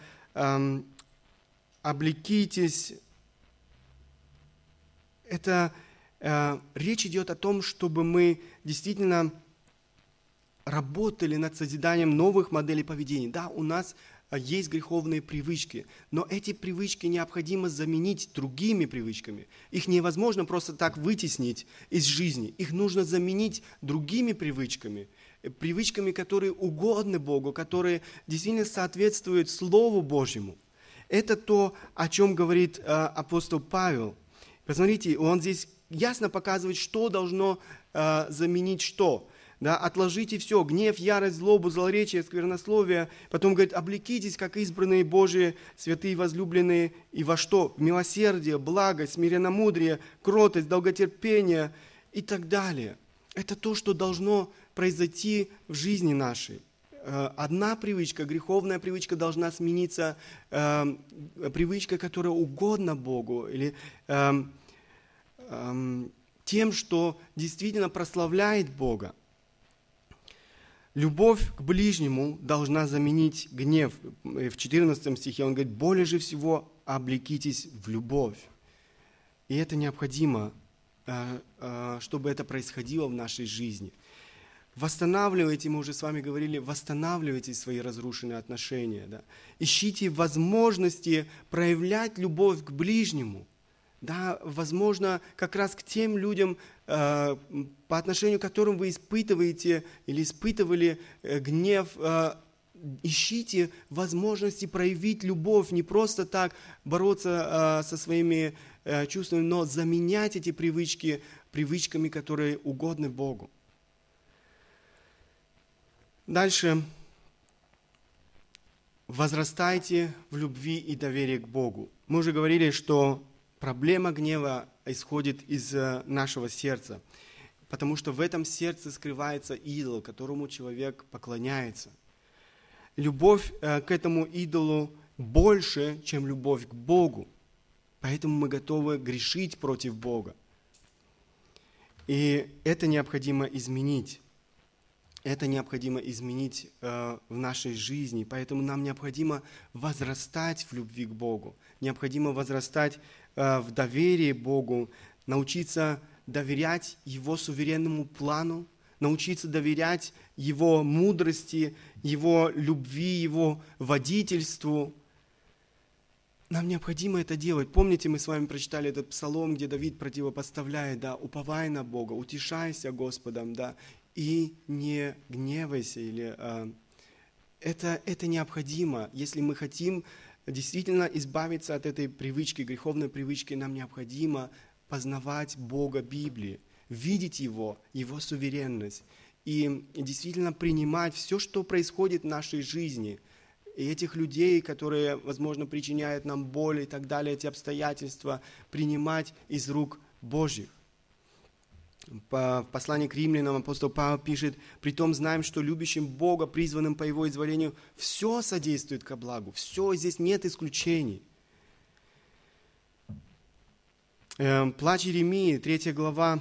облекитесь. Это речь идет о том, чтобы мы действительно работали над созиданием новых моделей поведения. Да, у нас есть греховные привычки, но эти привычки необходимо заменить другими привычками. Их невозможно просто так вытеснить из жизни. Их нужно заменить другими привычками, привычками, которые угодны Богу, которые действительно соответствуют Слову Божьему. Это то, о чем говорит апостол Павел. Посмотрите, он здесь ясно показывает, что должно заменить что. Да, отложите все, гнев, ярость, злобу, злоречие, сквернословие. Потом говорит, облекитесь, как избранные Божии, святые, возлюбленные, и во что? Милосердие, благость, смиренномудрие, кротость, долготерпение и так далее. Это то, что должно произойти в жизни нашей. Одна привычка, греховная привычка должна смениться привычкой, которая угодна Богу, или тем, что действительно прославляет Бога. Любовь к ближнему должна заменить гнев. В 14 стихе он говорит, более же всего облекитесь в любовь. И это необходимо, чтобы это происходило в нашей жизни. Восстанавливайте, мы уже с вами говорили, восстанавливайте свои разрушенные отношения. Да? Ищите возможности проявлять любовь к ближнему. Да, возможно, как раз к тем людям, по отношению к которым вы испытываете или испытывали гнев, ищите возможности проявить любовь, не просто так бороться со своими чувствами, но заменять эти привычки привычками, которые угодны Богу. Дальше. Возрастайте в любви и доверии к Богу. Мы уже говорили, что проблема гнева исходит из нашего сердца, потому что в этом сердце скрывается идол, которому человек поклоняется. Любовь к этому идолу больше, чем любовь к Богу, поэтому мы готовы грешить против Бога. И это необходимо изменить. Это необходимо изменить в нашей жизни, поэтому нам необходимо возрастать в любви к Богу, необходимо возрастать в доверии Богу, научиться доверять Его суверенному плану, научиться доверять Его мудрости, Его любви, Его водительству. Нам необходимо это делать. Помните, мы с вами прочитали этот псалом, где Давид противопоставляет, да, уповай на Бога, утешайся Господом, да, и не гневайся. Это необходимо. Если мы хотим действительно избавиться от этой привычки, греховной привычки, нам необходимо познавать Бога Библии, видеть Его суверенность и действительно принимать все, что происходит в нашей жизни. И этих людей, которые, возможно, причиняют нам боль и так далее, эти обстоятельства, принимать из рук Божьих. В послании к римлянам апостол Павел пишет, «Притом знаем, что любящим Бога, призванным по Его изволению, все содействует ко благу». Все, здесь нет исключений. Плач Иеремии, 3 глава,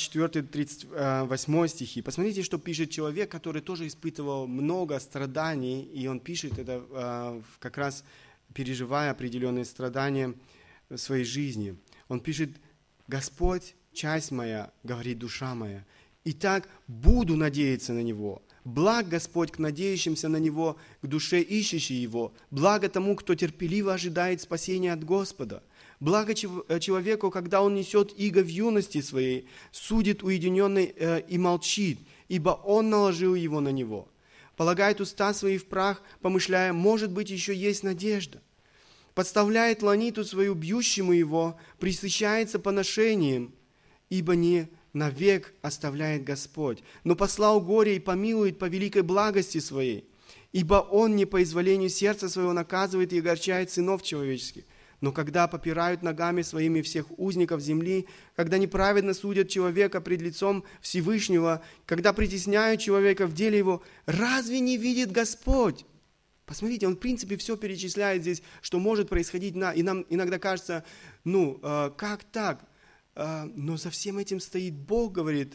24-38 стихи. Посмотрите, что пишет человек, который тоже испытывал много страданий, и он пишет это как раз переживая определенные страдания в своей жизни. Он пишет, «Господь, часть моя, говорит душа моя, итак, буду надеяться на Него. Благ Господь к надеющимся на Него, к душе ищущей Его. Благо тому, кто терпеливо ожидает спасения от Господа. Благо человеку, когда он несет иго в юности своей, судит уединенный и молчит, ибо он наложил его на него. Полагает уста свои в прах, помышляя, может быть, еще есть надежда. Подставляет ланиту свою бьющему его, пресыщается поношением, ибо не навек оставляет Господь, но послал горе и помилует по великой благости своей, ибо Он не по изволению сердца своего наказывает и огорчает сынов человеческих, Но когда попирают ногами своими всех узников земли, когда неправедно судят человека пред лицом Всевышнего, когда притесняют человека в деле его, разве не видит Господь? Посмотрите, он в принципе все перечисляет здесь, что может происходить, и нам иногда кажется, как так? Но за всем этим стоит Бог, говорит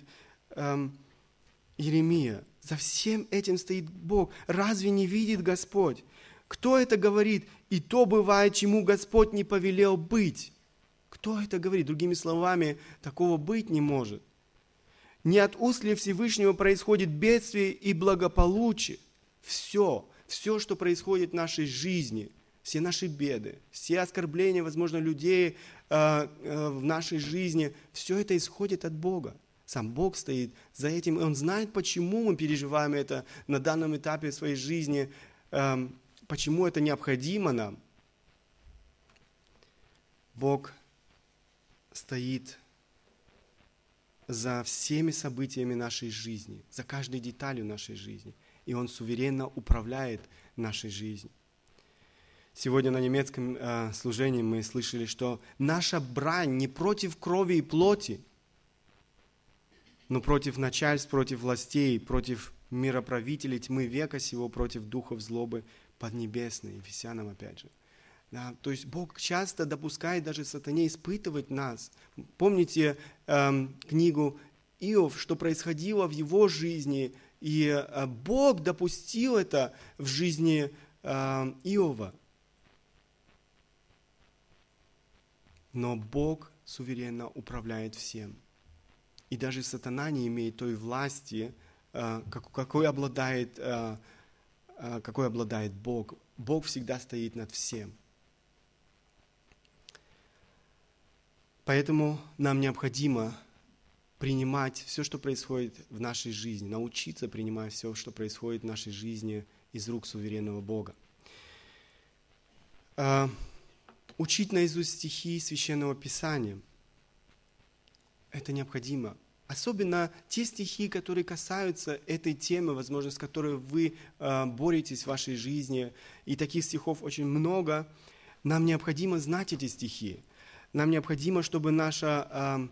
Иеремия. За всем этим стоит Бог. Разве не видит Господь? Кто это говорит? И то бывает, чему Господь не повелел быть. Кто это говорит? Другими словами, такого быть не может. Не от уст ли Всевышнего происходит бедствие и благополучие? Все, что происходит в нашей жизни, все наши беды, все оскорбления, возможно, людей в нашей жизни, все это исходит от Бога. Сам Бог стоит за этим, и Он знает, почему мы переживаем это на данном этапе своей жизни, почему это необходимо нам. Бог стоит за всеми событиями нашей жизни, за каждой деталью нашей жизни, и Он суверенно управляет нашей жизнью. Сегодня на немецком служении мы слышали, что наша брань не против крови и плоти, но против начальств, против властей, против мироправителей тьмы века сего, против духов злобы поднебесной. Ефесянам опять же. Да, то есть Бог часто допускает даже сатане испытывать нас. Помните книгу Иов, что происходило в его жизни, и Бог допустил это в жизни Иова. Но Бог суверенно управляет всем. И даже сатана не имеет той власти, какой обладает Бог. Бог всегда стоит над всем. Поэтому нам необходимо принимать все, что происходит в нашей жизни, научиться принимать все, что происходит в нашей жизни из рук суверенного Бога. Учить наизусть стихи Священного Писания – это необходимо. Особенно те стихи, которые касаются этой темы, возможно, с которой вы боретесь в вашей жизни, и таких стихов очень много. Нам необходимо знать эти стихи. Нам необходимо, чтобы наша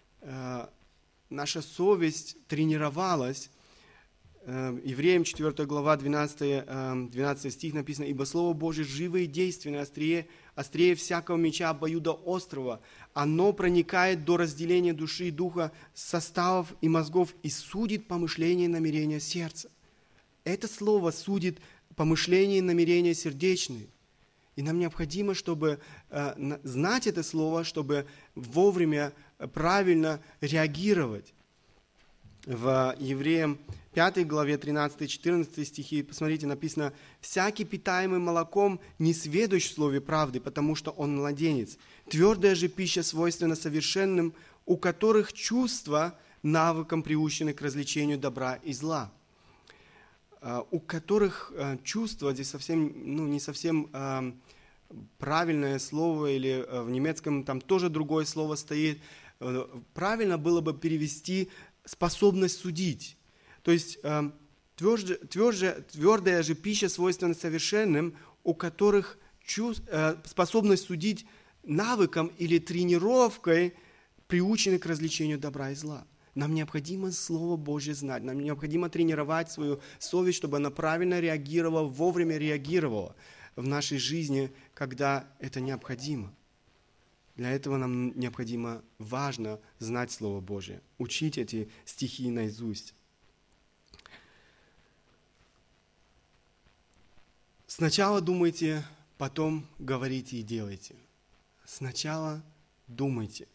совесть тренировалась. Евреям 4 глава, 12 стих написано: «Ибо Слово Божие живо и действенно, острее всякого меча обоюдоострого. Оно проникает до разделения души и духа, составов и мозгов, и судит помышления и намерения сердца». Это слово судит помышления и намерения сердечные. И нам необходимо, чтобы знать это слово, чтобы вовремя правильно реагировать. В Евреям 5 главе 13-14 стихи, посмотрите, написано: «Всякий, питаемый молоком, не сведущ в слове правды, потому что он младенец. Твердая же пища свойственна совершенным, у которых чувства навыком приучены к развлечению добра и зла». У которых чувства, здесь совсем, не совсем правильное слово, или в немецком там тоже другое слово стоит. Правильно было бы перевести способность судить. То есть твердая же пища свойственна совершенным, у которых способность судить навыком или тренировкой приучены к развлечению добра и зла. Нам необходимо Слово Божье знать, нам необходимо тренировать свою совесть, чтобы она правильно реагировала, вовремя реагировала в нашей жизни, когда это необходимо. Для этого нам необходимо, важно знать Слово Божие, учить эти стихи наизусть. Сначала думайте, потом говорите и делайте. Сначала думайте.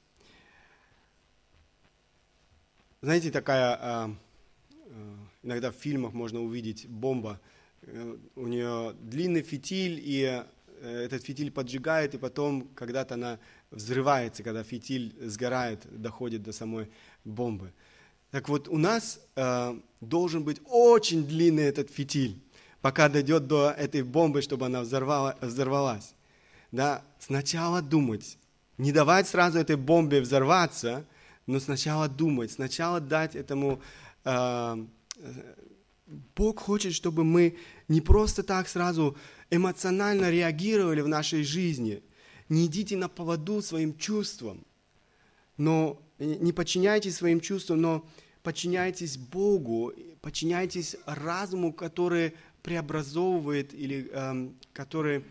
Знаете, такая, иногда в фильмах можно увидеть бомба, у нее длинный фитиль, и этот фитиль поджигает, и потом когда-то она взрывается, когда фитиль сгорает, доходит до самой бомбы. Так вот, у нас должен быть очень длинный этот фитиль, пока дойдет до этой бомбы, чтобы она взорвалась. Да? Сначала думать, не давать сразу этой бомбе взорваться, но сначала думать, сначала дать этому... Бог хочет, чтобы мы не просто так сразу эмоционально реагировали в нашей жизни, не идите на поводу своим чувствам, но не подчиняйтесь своим чувствам, но подчиняйтесь Богу, подчиняйтесь разуму, который преобразовывает, или который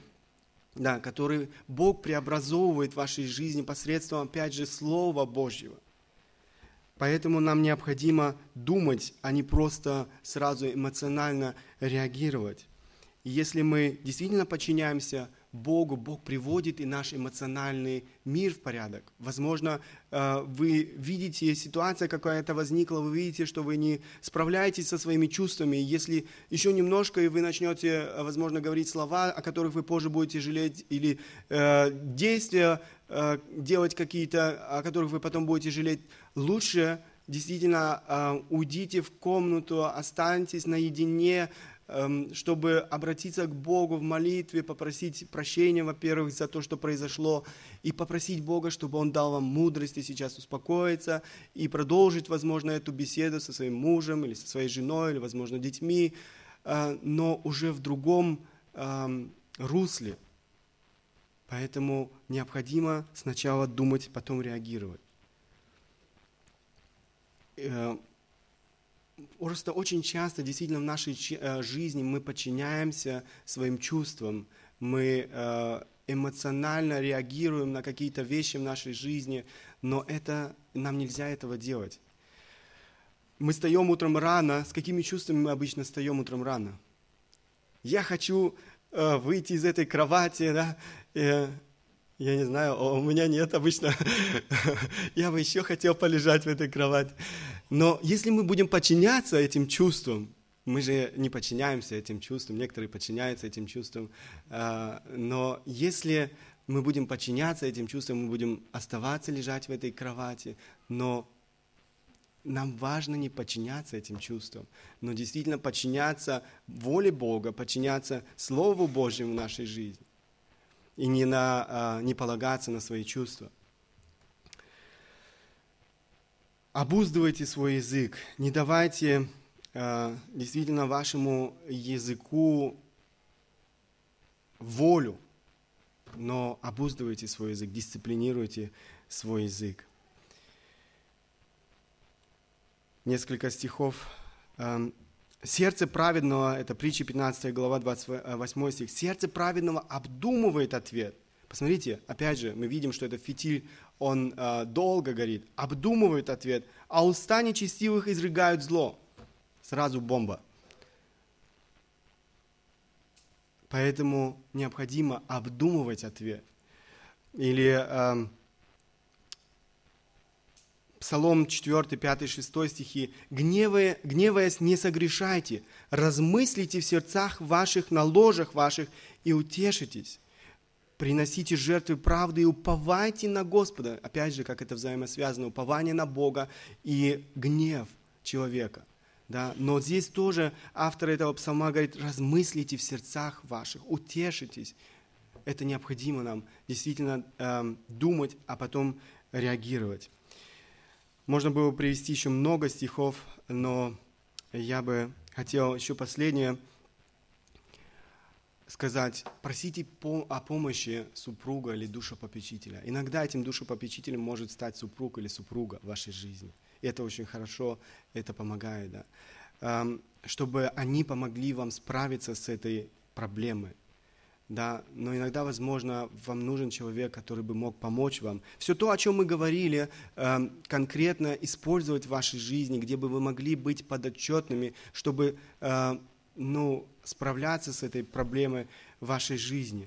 Бог преобразовывает в вашей жизни посредством, опять же, Слова Божьего. Поэтому нам необходимо думать, а не просто сразу эмоционально реагировать. И если мы действительно подчиняемся Богу, Бог приводит и наш эмоциональный мир в порядок. Возможно, вы видите, ситуация какая-то возникла, вы видите, что вы не справляетесь со своими чувствами. Если еще немножко, и вы начнете, возможно, говорить слова, о которых вы позже будете жалеть, или действия делать какие-то, о которых вы потом будете жалеть, лучше действительно уйдите в комнату, останьтесь наедине, чтобы обратиться к Богу в молитве, попросить прощения, во-первых, за то, что произошло, и попросить Бога, чтобы Он дал вам мудрости сейчас успокоиться и продолжить, возможно, эту беседу со своим мужем или со своей женой, или, возможно, детьми, но уже в другом русле. Поэтому необходимо сначала думать, потом реагировать. Просто очень часто действительно в нашей жизни мы подчиняемся своим чувствам, мы эмоционально реагируем на какие-то вещи в нашей жизни, но нам нельзя этого делать. Мы встаем утром рано. С какими чувствами мы обычно встаем утром рано? Я хочу выйти из этой кровати, да? Я не знаю, у меня нет обычно. Я бы еще хотел полежать в этой кровати. Но если мы будем подчиняться этим чувствам, мы же не подчиняемся этим чувствам, некоторые подчиняются этим чувствам, но если мы будем подчиняться этим чувствам, мы будем оставаться лежать в этой кровати, но нам важно не подчиняться этим чувствам, но действительно подчиняться воле Бога, подчиняться Слову Божьему в нашей жизни и не полагаться на свои чувства. Обуздывайте свой язык, не давайте действительно вашему языку волю, но обуздывайте свой язык, дисциплинируйте свой язык. Несколько стихов. Сердце праведного, это притча 15 глава, 28 стих. Сердце праведного обдумывает ответ. Посмотрите, опять же, мы видим, что этот фитиль, он долго горит, обдумывает ответ, а уста нечестивых изрыгают зло. Сразу бомба. Поэтому необходимо обдумывать ответ. Или Псалом 4, 5, 6 стихи. «Гневаясь, не согрешайте, размыслите в сердцах ваших, на ложах ваших, и утешитесь. Приносите жертвы правды и уповайте на Господа». Опять же, как это взаимосвязано, упование на Бога и гнев человека. Да? Но здесь тоже автор этого псалма говорит, размыслите в сердцах ваших, утешитесь. Это необходимо нам действительно думать, а потом реагировать. Можно было привести еще много стихов, но я бы хотел еще последнее сказать. Просите о помощи супруга или душепопечителя. Иногда этим душепопечителем может стать супруг или супруга в вашей жизни. И это очень хорошо, это помогает. Да? Чтобы они помогли вам справиться с этой проблемой. Да, но иногда, возможно, вам нужен человек, который бы мог помочь вам. Все то, о чем мы говорили, конкретно использовать в вашей жизни, где бы вы могли быть подотчетными, чтобы справляться с этой проблемой в вашей жизни.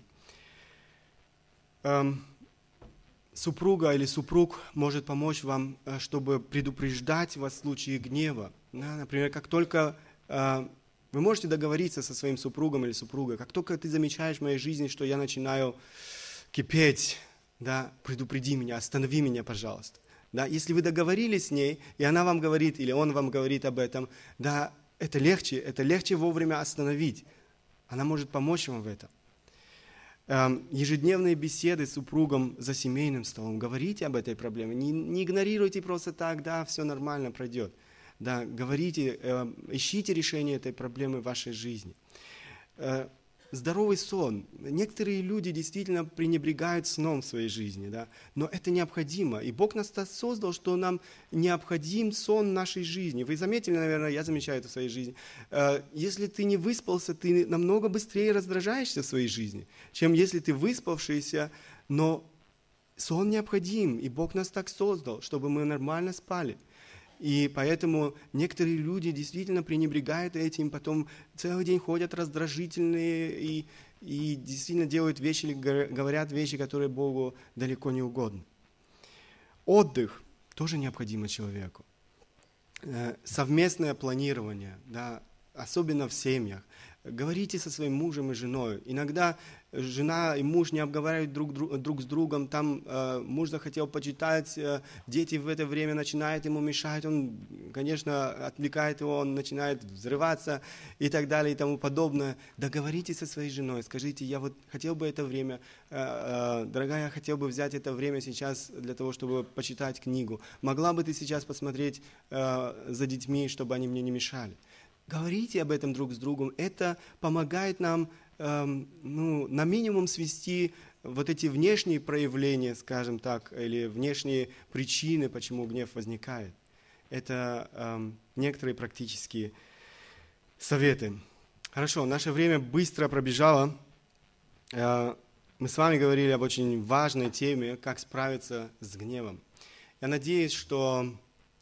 Супруга или супруг может помочь вам, чтобы предупреждать вас в случае гнева. Да, например, как только... Вы можете договориться со своим супругом или супругой. Как только ты замечаешь в моей жизни, что я начинаю кипеть, да, предупреди меня, останови меня, пожалуйста. Да, если вы договорились с ней, и она вам говорит, или он вам говорит об этом, да, это легче вовремя остановить. Она может помочь вам в этом. Ежедневные беседы с супругом за семейным столом. Говорите об этой проблеме. Не игнорируйте просто так, да, все нормально пройдет. Да, говорите, ищите решение этой проблемы в вашей жизни. здоровый сон. Некоторые люди действительно пренебрегают сном в своей жизни, да? Но это необходимо. И Бог нас так создал, что нам необходим сон в нашей жизни. Вы заметили, наверное, я замечаю это в своей жизни. Если ты не выспался, ты намного быстрее раздражаешься в своей жизни, чем если ты выспавшийся, но сон необходим. И Бог нас так создал, чтобы мы нормально спали. И поэтому некоторые люди действительно пренебрегают этим, потом целый день ходят раздражительные и действительно делают вещи, или говорят вещи, которые Богу далеко не угодны. Отдых тоже необходимо человеку. Совместное планирование, да, особенно в семьях. Говорите со своим мужем и женой. Иногда жена и муж не обговаривают друг с другом, там муж захотел почитать, дети в это время начинают ему мешать, он, конечно, отвлекает его, он начинает взрываться и так далее и тому подобное. Договоритесь со своей женой, скажите, я вот хотел бы это время, дорогая, я хотел бы взять это время сейчас для того, чтобы почитать книгу. Могла бы ты сейчас посмотреть за детьми, чтобы они мне не мешали? Говорите об этом друг с другом. Это помогает нам на минимум свести вот эти внешние проявления, скажем так, или внешние причины, почему гнев возникает. Это некоторые практические советы. Хорошо, наше время быстро пробежало. Мы с вами говорили об очень важной теме, как справиться с гневом. Я надеюсь, что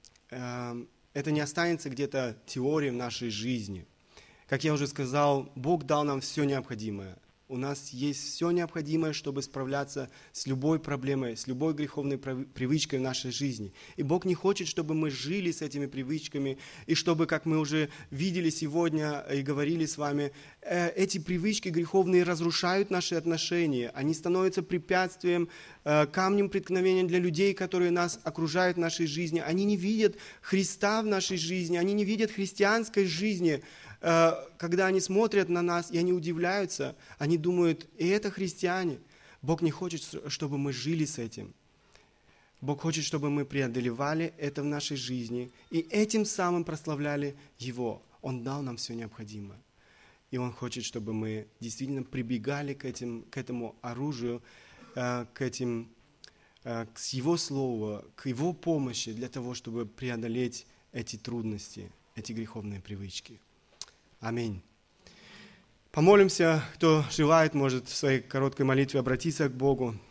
это не останется где-то теорией в нашей жизни. Как я уже сказал, Бог дал нам все необходимое. У нас есть все необходимое, чтобы справляться с любой проблемой, с любой греховной привычкой в нашей жизни. И Бог не хочет, чтобы мы жили с этими привычками, и чтобы, как мы уже видели сегодня и говорили с вами, эти привычки греховные разрушают наши отношения. Они становятся препятствием, камнем преткновения для людей, которые нас окружают в нашей жизни. Они не видят Христа в нашей жизни, они не видят христианской жизни. Когда они смотрят на нас, и они удивляются, они думают, и это христиане. Бог не хочет, чтобы мы жили с этим. Бог хочет, чтобы мы преодолевали это в нашей жизни и этим самым прославляли Его. Он дал нам все необходимое. И Он хочет, чтобы мы действительно прибегали к этому оружию, к Его Слову, к Его помощи для того, чтобы преодолеть эти трудности, эти греховные привычки. Аминь. Помолимся, кто желает, может в своей короткой молитве обратиться к Богу.